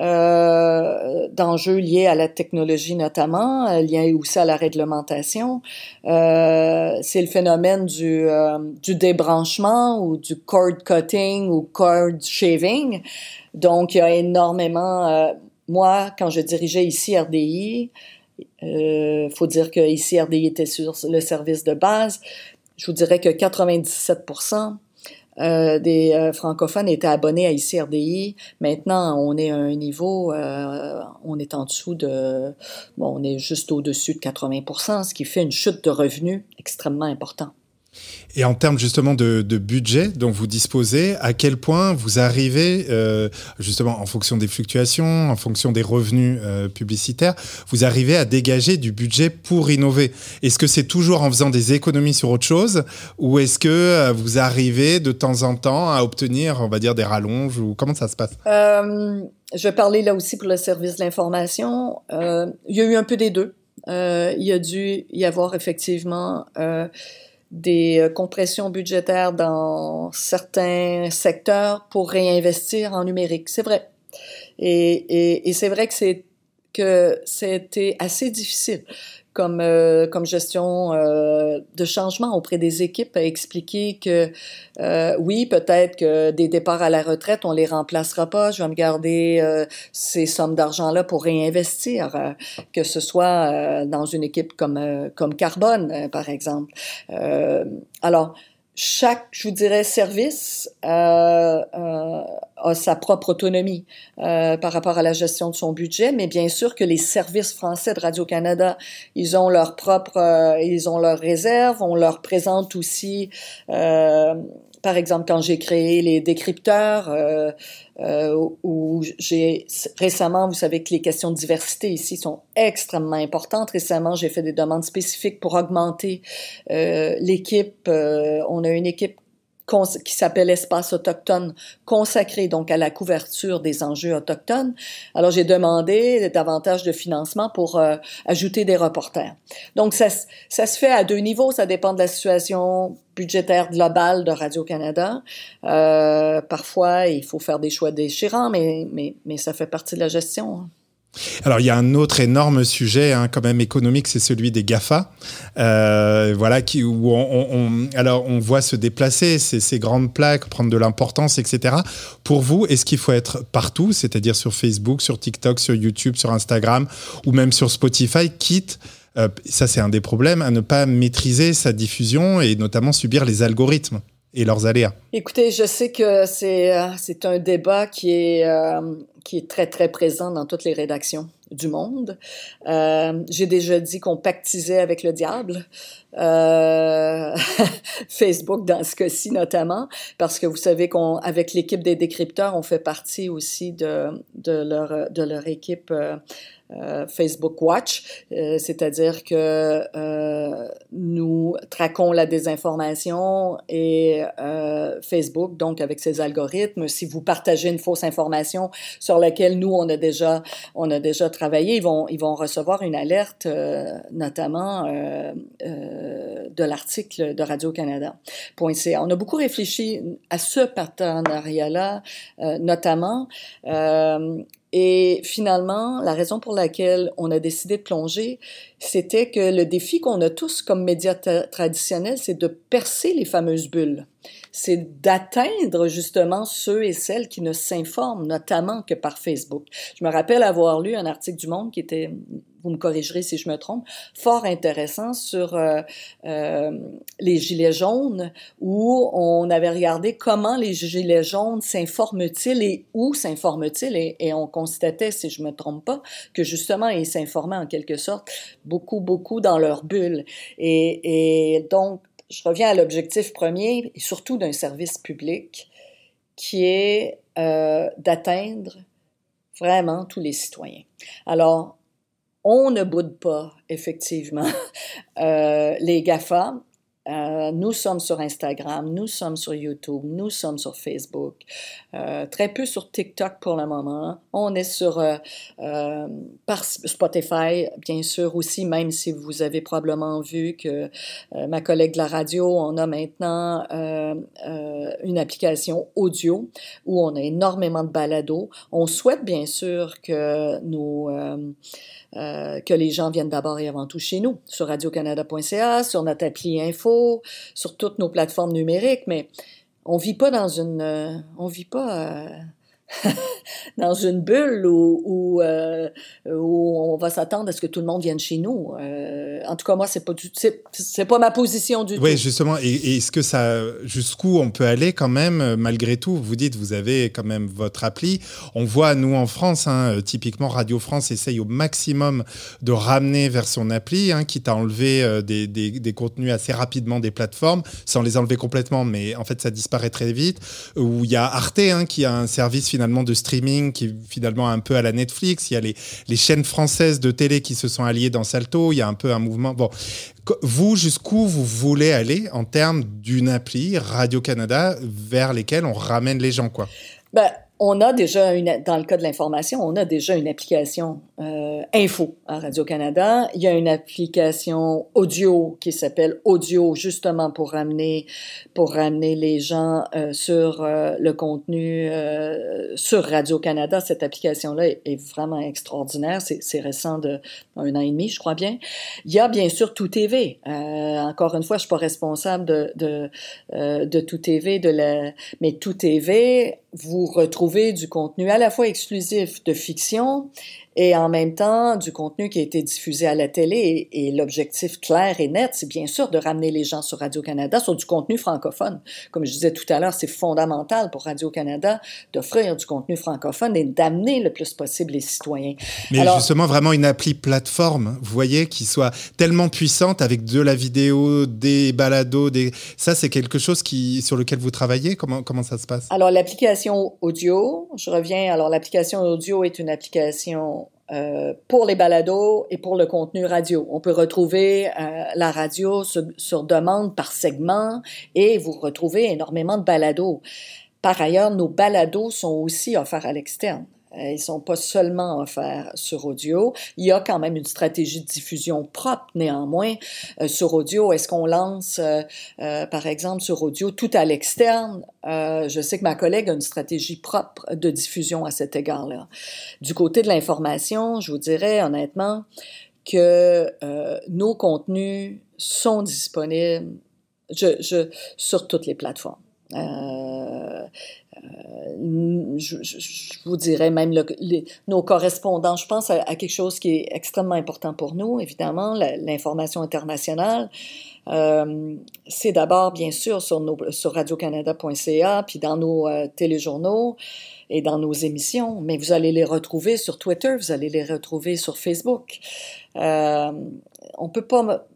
euh, d'enjeux liés à la technologie notamment, liés aussi à la réglementation. Euh, c'est le phénomène du euh, du débranchement ou du cord cutting ou cord shaving. Donc il y a énormément. Euh, moi, quand je dirigeais ici R D I, euh, faut dire que ici R D I était sur le service de base. Je vous dirais que quatre-vingt-dix-sept pour cent Euh, des euh, francophones étaient abonnés à I C R D I. Maintenant, on est à un niveau, euh, on est en dessous de, bon, on est juste au-dessus de quatre-vingts pour cent, ce qui fait une chute de revenus extrêmement importante. Et en termes justement de, de budget dont vous disposez, à quel point vous arrivez, euh, justement en fonction des fluctuations, en fonction des revenus euh, publicitaires, vous arrivez à dégager du budget pour innover? Est-ce que c'est toujours en faisant des économies sur autre chose, ou est-ce que euh, vous arrivez de temps en temps à obtenir, on va dire, des rallonges, ou comment ça se passe? Euh, je vais parler là aussi pour le service de l'information. Euh, il y a eu un peu des deux. Euh, il y a dû y avoir effectivement... Euh, des compressions budgétaires dans certains secteurs pour réinvestir en numérique. C'est vrai. Et, et, et c'est vrai que, c'est, que c'était assez difficile comme, euh, comme gestion euh, de changement auprès des équipes à expliquer que euh, oui, peut-être que des départs à la retraite, on les remplacera pas. Je vais me garder euh, ces sommes d'argent-là pour réinvestir, euh, que ce soit euh, dans une équipe comme, euh, comme Carbone, euh, par exemple. Euh, alors, chaque, je vous dirais, service euh, euh, a sa propre autonomie euh, par rapport à la gestion de son budget, mais bien sûr que les services français de Radio-Canada, ils ont leur propre, euh, ils ont leurs réserves. On leur présente aussi, euh, par exemple, quand j'ai créé les décrypteurs, euh, euh, où j'ai récemment, vous savez que les questions de diversité ici sont extrêmement importantes. Récemment, j'ai fait des demandes spécifiques pour augmenter euh, l'équipe. Euh, on a une équipe cons- qui s'appelle Espace Autochtone, consacrée donc à la couverture des enjeux autochtones. Alors, j'ai demandé davantage de financement pour euh, ajouter des reporters. Donc, ça, ça se fait à deux niveaux. Ça dépend de la situation budgétaire globale de Radio-Canada. Euh, parfois, il faut faire des choix déchirants, mais, mais, mais ça fait partie de la gestion. Alors, il y a un autre énorme sujet, hein, quand même économique, c'est celui des GAFA. Euh, voilà, qui, où on, on, on, alors on voit se déplacer ces, ces grandes plaques, prendre de l'importance, et cetera. Pour vous, est-ce qu'il faut être partout, c'est-à-dire sur Facebook, sur TikTok, sur YouTube, sur Instagram, ou même sur Spotify, quitte, euh, ça c'est un des problèmes, à ne pas maîtriser sa diffusion et notamment subir les algorithmes et leurs aléas? Écoutez, je sais que c'est, euh, c'est un débat qui est... Euh qui est très, très présent dans toutes les rédactions du monde. Euh, j'ai déjà dit qu'on pactisait avec le diable, euh, Facebook dans ce cas-ci notamment, parce que vous savez qu'avec l'équipe des décrypteurs, on fait partie aussi de, de, leur, de leur équipe euh, Euh, Facebook Watch, euh, c'est-à-dire que euh, nous traquons la désinformation et euh, Facebook, donc avec ses algorithmes, si vous partagez une fausse information sur laquelle nous on a déjà on a déjà travaillé, ils vont ils vont recevoir une alerte, euh, notamment euh, euh, de l'article de Radio-Canada. .ca. On a beaucoup réfléchi à ce partenariat-là, euh, notamment. Euh, Et finalement, la raison pour laquelle on a décidé de plonger, c'était que le défi qu'on a tous comme médias tra- traditionnels, c'est de percer les fameuses bulles. C'est d'atteindre justement ceux et celles qui ne s'informent notamment que par Facebook. Je me rappelle avoir lu un article du Monde qui était, vous me corrigerez si je me trompe, fort intéressant sur euh, euh, les gilets jaunes, où on avait regardé comment les gilets jaunes s'informent-ils et où s'informent-ils, et, et on constatait, si je me trompe pas, que justement ils s'informaient en quelque sorte beaucoup, beaucoup dans leur bulle. Et, et donc, je reviens à l'objectif premier, et surtout d'un service public, qui est euh, d'atteindre vraiment tous les citoyens. Alors, on ne boude pas, effectivement, euh, les GAFA. Euh, nous sommes sur Instagram, nous sommes sur YouTube, nous sommes sur Facebook, euh, très peu sur TikTok pour le moment. On est sur euh, euh, par Spotify, bien sûr aussi, même si vous avez probablement vu que euh, ma collègue de la radio, on a maintenant euh, euh, une application audio où on a énormément de balados. On souhaite bien sûr que nous... Euh, Euh, que les gens viennent d'abord et avant tout chez nous, sur radio canada point c a, sur notre appli info, sur toutes nos plateformes numériques, mais on vit pas dans une, euh, on vit pas euh, dans une bulle où, où, euh, où on va s'attendre à ce que tout le monde vienne chez nous. Euh, en tout cas, moi, c'est pas du, c'est, c'est pas ma position du oui, tout. Oui, justement. Et, et est-ce que ça, jusqu'où on peut aller quand même, malgré tout? Vous dites, vous avez quand même votre appli. On voit, nous, en France, hein, typiquement, Radio France essaye au maximum de ramener vers son appli, hein, quitte à enlever euh, des, des, des contenus assez rapidement des plateformes, sans les enlever complètement, mais en fait, ça disparaît très vite. Où il y a Arte, hein, qui a un service finalement de streaming qui est finalement un peu à la Netflix. Il y a les, les chaînes françaises de télé qui se sont alliées dans Salto. Il y a un peu un mouvement. Bon, vous, jusqu'où vous voulez aller en termes d'une appli Radio-Canada vers lesquelles on ramène les gens, quoi? Ben, on a déjà, une, dans le cas de l'information, on a déjà une application euh, info à Radio-Canada. Il y a une application audio qui s'appelle Audio, justement pour ramener, pour ramener les gens euh, sur euh, le contenu euh, sur Radio-Canada. Cette application-là est, est vraiment extraordinaire. C'est, c'est récent de un an et demi, je crois bien. Il y a bien sûr Tout T V. Euh, encore une fois, je suis pas responsable de, de, euh, de Tout T V, de la, mais Tout T V, vous retrouvez du contenu à la fois exclusif de fiction et en même temps du contenu qui a été diffusé à la télé. Et, et l'objectif clair et net, c'est bien sûr de ramener les gens sur Radio-Canada sur du contenu francophone. Comme je disais tout à l'heure, c'est fondamental pour Radio-Canada d'offrir du contenu francophone et d'amener le plus possible les citoyens. Mais Alors, justement, vraiment une appli plateforme, vous voyez, qui soit tellement puissante avec de la vidéo, des balados, des... ça c'est quelque chose qui, sur lequel vous travaillez? Comment, comment ça se passe? Alors, l'application audio, je reviens, alors l'application audio est une application Euh, pour les balados et pour le contenu radio. On peut retrouver euh, la radio sur, sur demande par segment et vous retrouvez énormément de balados. Par ailleurs, nos balados sont aussi offerts à l'externe. Ils sont pas seulement offerts sur audio. Il y a quand même une stratégie de diffusion propre, néanmoins, euh, sur audio. Est-ce qu'on lance, euh, euh, par exemple, sur audio, tout à l'externe? Euh, je sais que ma collègue a une stratégie propre de diffusion à cet égard-là. Du côté de l'information, je vous dirais honnêtement que euh, nos contenus sont disponibles je, je, sur toutes les plateformes. Euh, Euh, je, je, je vous dirais même le, les, nos correspondants. Je pense à, à quelque chose qui est extrêmement important pour nous, évidemment, la, l'information internationale. Euh, c'est d'abord, bien sûr, sur, nos, sur radio canada point c a, puis dans nos euh, téléjournaux et dans nos émissions, mais vous allez les retrouver sur Twitter, vous allez les retrouver sur Facebook. Euh, on peut pas...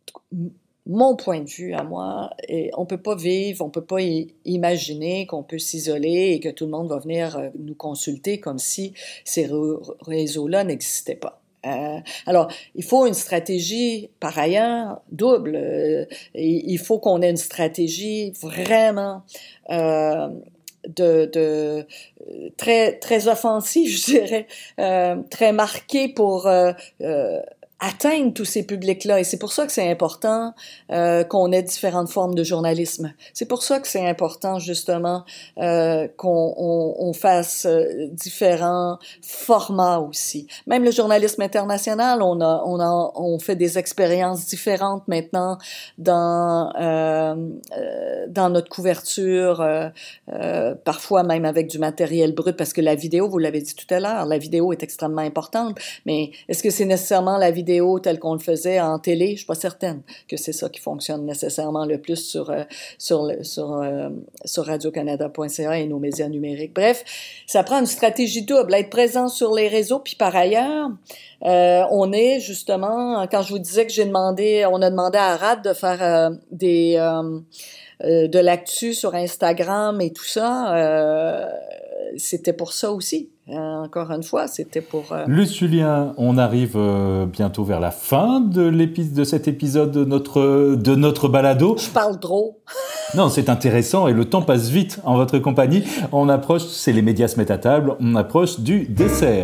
Mon point de vue à moi, et on peut pas vivre, on peut pas y, imaginer qu'on peut s'isoler et que tout le monde va venir euh, nous consulter comme si ces réseaux-là n'existaient pas. Euh, alors, il faut une stratégie, par ailleurs, double. Euh, il faut qu'on ait une stratégie vraiment euh, de, de très très offensive, je dirais, euh, très marquée pour euh, euh, atteindre tous ces publics-là. Et c'est pour ça que c'est important euh, qu'on ait différentes formes de journalisme. C'est pour ça que c'est important, justement, euh, qu'on on, on fasse euh, différents formats aussi. Même le journalisme international, on a, on a, on fait des expériences différentes maintenant dans euh, euh, dans notre couverture, euh, euh, parfois même avec du matériel brut, parce que la vidéo, vous l'avez dit tout à l'heure, la vidéo est extrêmement importante. Mais est-ce que c'est nécessairement la vidéo tel qu'on le faisait en télé? Je suis pas certaine que c'est ça qui fonctionne nécessairement le plus sur euh, sur le, sur euh, sur radio canada point c a et nos médias numériques. Bref, ça prend une stratégie double, être présent sur les réseaux, puis par ailleurs, euh, on est justement, quand je vous disais que j'ai demandé, on a demandé à Arad de faire euh, des euh, euh, de l'actu sur Instagram et tout ça, euh, c'était pour ça aussi. Euh, encore une fois, c'était pour... Euh... Luce Julien, on arrive euh, bientôt vers la fin de, l'épi- de cet épisode de notre, de notre balado. Je parle trop. Non, c'est intéressant et le temps passe vite en votre compagnie. On approche, c'est les médias se mettent à table, on approche du dessert.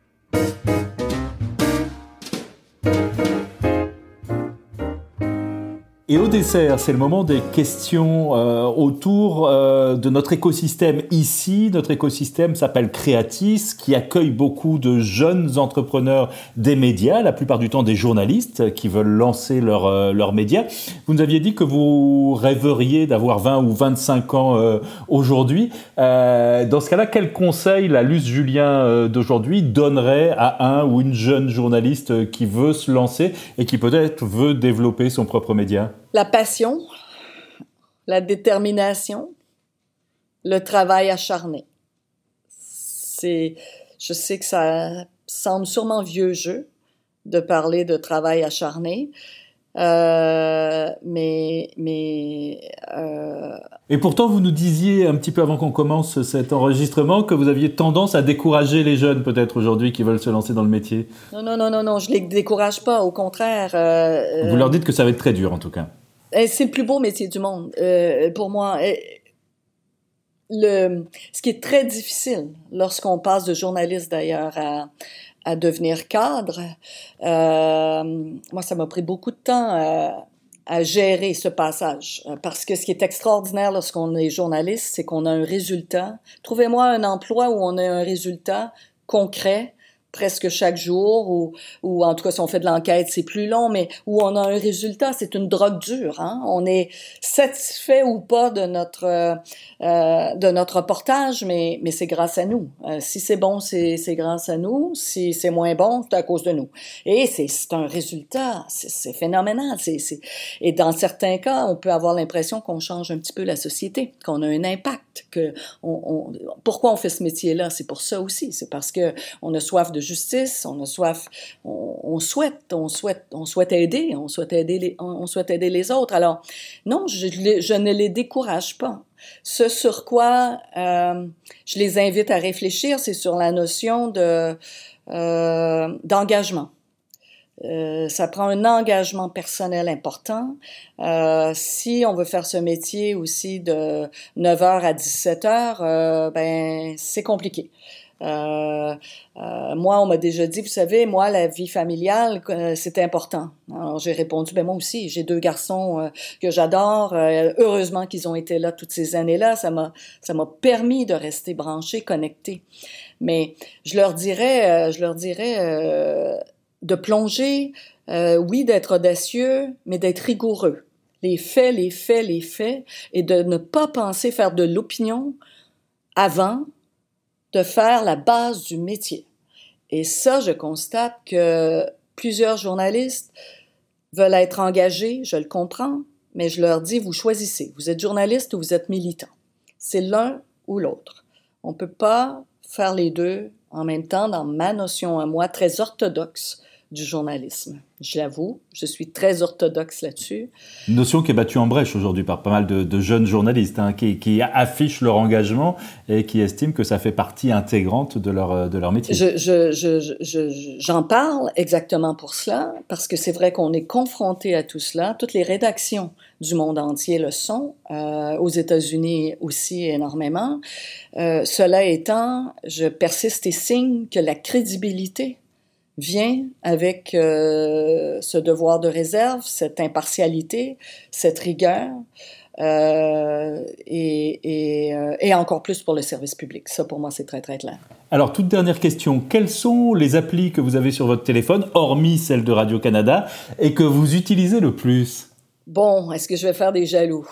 Et au dessert, c'est le moment des questions euh, autour euh, de notre écosystème ici. Notre écosystème s'appelle Creatis, qui accueille beaucoup de jeunes entrepreneurs des médias, la plupart du temps des journalistes qui veulent lancer leurs euh, leurs médias. Vous nous aviez dit que vous rêveriez d'avoir vingt ou vingt-cinq ans euh, aujourd'hui. Euh, dans ce cas-là, quel conseil la Luce Julien euh, d'aujourd'hui donnerait à un ou une jeune journaliste qui veut se lancer et qui peut-être veut développer son propre média ? La passion, la détermination, le travail acharné. C'est, je sais que ça semble sûrement vieux jeu de parler de travail acharné, euh, mais... mais euh... Et pourtant, vous nous disiez un petit peu avant qu'on commence cet enregistrement que vous aviez tendance à décourager les jeunes, peut-être aujourd'hui, qui veulent se lancer dans le métier. Non, non, non, non, non, je les décourage pas, au contraire. Euh, vous leur dites que ça va être très dur, en tout cas. C'est le plus beau métier du monde, euh, pour moi. Le, ce qui est très difficile lorsqu'on passe de journaliste, d'ailleurs, à, à devenir cadre, euh, moi, ça m'a pris beaucoup de temps à, à gérer ce passage. Parce que ce qui est extraordinaire lorsqu'on est journaliste, c'est qu'on a un résultat. Trouvez-moi un emploi où on a un résultat concret, presque chaque jour, ou, ou en tout cas, si on fait de l'enquête, c'est plus long, mais où on a un résultat, c'est une drogue dure, hein. On est satisfait ou pas de notre euh, de notre reportage, mais mais c'est grâce à nous. Euh, si c'est bon, c'est c'est grâce à nous. Si c'est moins bon, c'est à cause de nous. Et c'est c'est un résultat, c'est, c'est phénoménal. C'est c'est et dans certains cas, on peut avoir l'impression qu'on change un petit peu la société, qu'on a un impact. Que on, on pourquoi on fait ce métier-là, c'est pour ça aussi. C'est parce que on a soif de justice, on a soif, on, on souhaite, on souhaite, on souhaite aider, on souhaite aider les, on souhaite aider les autres. Alors, non, je, je ne les décourage pas. Ce sur quoi euh, je les invite à réfléchir, c'est sur la notion de euh, d'engagement. Euh, ça prend un engagement personnel important. Euh, si on veut faire ce métier aussi de neuf heures à dix-sept heures, euh, ben c'est compliqué. Euh, euh, moi, on m'a déjà dit, vous savez, moi, la vie familiale, euh, c'est important. Alors, j'ai répondu, ben moi aussi, j'ai deux garçons euh, que j'adore. Euh, heureusement qu'ils ont été là toutes ces années-là. Ça m'a, ça m'a permis de rester branché, connecté. Mais je leur dirais, euh, je leur dirais euh, de plonger, euh, oui, d'être audacieux, mais d'être rigoureux. Les faits, les faits, les faits, et de ne pas penser faire de l'opinion avant de faire la base du métier. Et ça, je constate que plusieurs journalistes veulent être engagés, je le comprends, mais je leur dis, vous choisissez. Vous êtes journaliste ou vous êtes militant. C'est l'un ou l'autre. On ne peut pas faire les deux en même temps dans ma notion à moi, très orthodoxe du journalisme. Je l'avoue, je suis très orthodoxe là-dessus. Une notion qui est battue en brèche aujourd'hui par pas mal de, de jeunes journalistes hein, qui, qui affichent leur engagement et qui estiment que ça fait partie intégrante de leur, de leur métier. Je, je, je, je, je, j'en parle exactement pour cela, parce que c'est vrai qu'on est confronté à tout cela. Toutes les rédactions du monde entier le sont, euh, aux États-Unis aussi énormément. Euh, cela étant, je persiste et signe que la crédibilité vient avec euh, ce devoir de réserve, cette impartialité, cette rigueur, euh, et, et, euh, et encore plus pour le service public. Ça, pour moi, c'est très, très clair. Alors, toute dernière question. Quelles sont les applis que vous avez sur votre téléphone, hormis celle de Radio-Canada, et que vous utilisez le plus? Bon, est-ce que je vais faire des jaloux?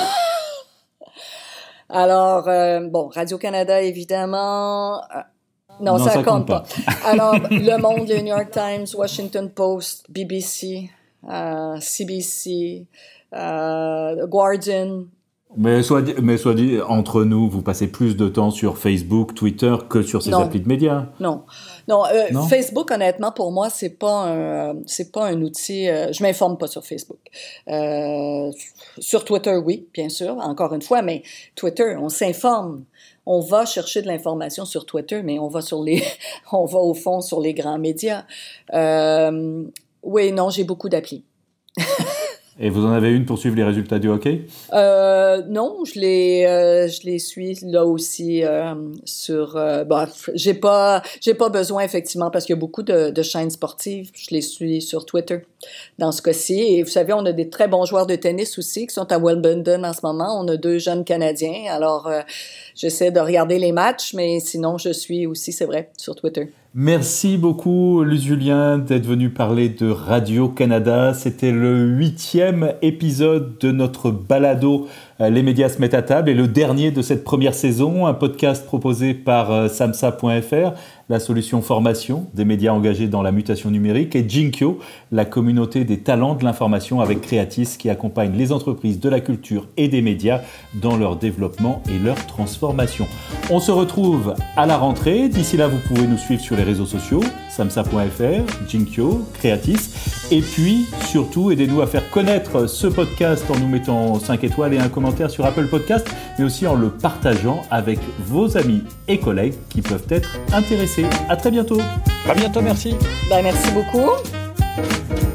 Alors, euh, bon, Radio-Canada, évidemment... Euh, Non, non, ça, ça compte, compte pas. pas. Alors, Le Monde, le New York Times, Washington Post, B B C, euh, C B C, euh, Guardian. Mais soit, dit, mais soit dit, entre nous, vous passez plus de temps sur Facebook, Twitter que sur ces non. applis de médias. Non, non, euh, non. Facebook, honnêtement, pour moi, c'est pas un, c'est pas un outil. Euh, je m'informe pas sur Facebook. Euh, sur Twitter, oui, bien sûr, encore une fois, mais Twitter, on s'informe. On va chercher de l'information sur Twitter, mais on va sur les, on va au fond sur les grands médias. Euh, oui, non, j'ai beaucoup d'applis. Et vous en avez une pour suivre les résultats du hockey? Euh, non, je les, euh, je les suis là aussi euh, sur. Euh, bah, j'ai pas, j'ai pas besoin effectivement parce qu'il y a beaucoup de, de chaînes sportives. Je les suis sur Twitter dans ce cas-ci. Et vous savez, on a des très bons joueurs de tennis aussi qui sont à Wimbledon en ce moment. On a deux jeunes Canadiens. Alors, euh, j'essaie de regarder les matchs, mais sinon, je suis aussi, c'est vrai, sur Twitter. Merci beaucoup, Luce Julien, d'être venu parler de Radio-Canada. C'était le huitième épisode de notre balado « Les médias se mettent à table » et le dernier de cette première saison, un podcast proposé par samsa point f r, la solution formation des médias engagés dans la mutation numérique, et Jinkyo, la communauté des talents de l'information avec Creatis qui accompagne les entreprises de la culture et des médias dans leur développement et leur transformation. On se retrouve à la rentrée. D'ici là, vous pouvez nous suivre sur les réseaux sociaux, samsa point f r, Jinkyo, Creatis, et puis surtout aidez-nous à faire connaître ce podcast en nous mettant cinq étoiles et un commentaire sur Apple Podcast, mais aussi en le partageant avec vos amis et collègues qui peuvent être intéressés. À très bientôt. À bientôt, merci. Ben, merci beaucoup.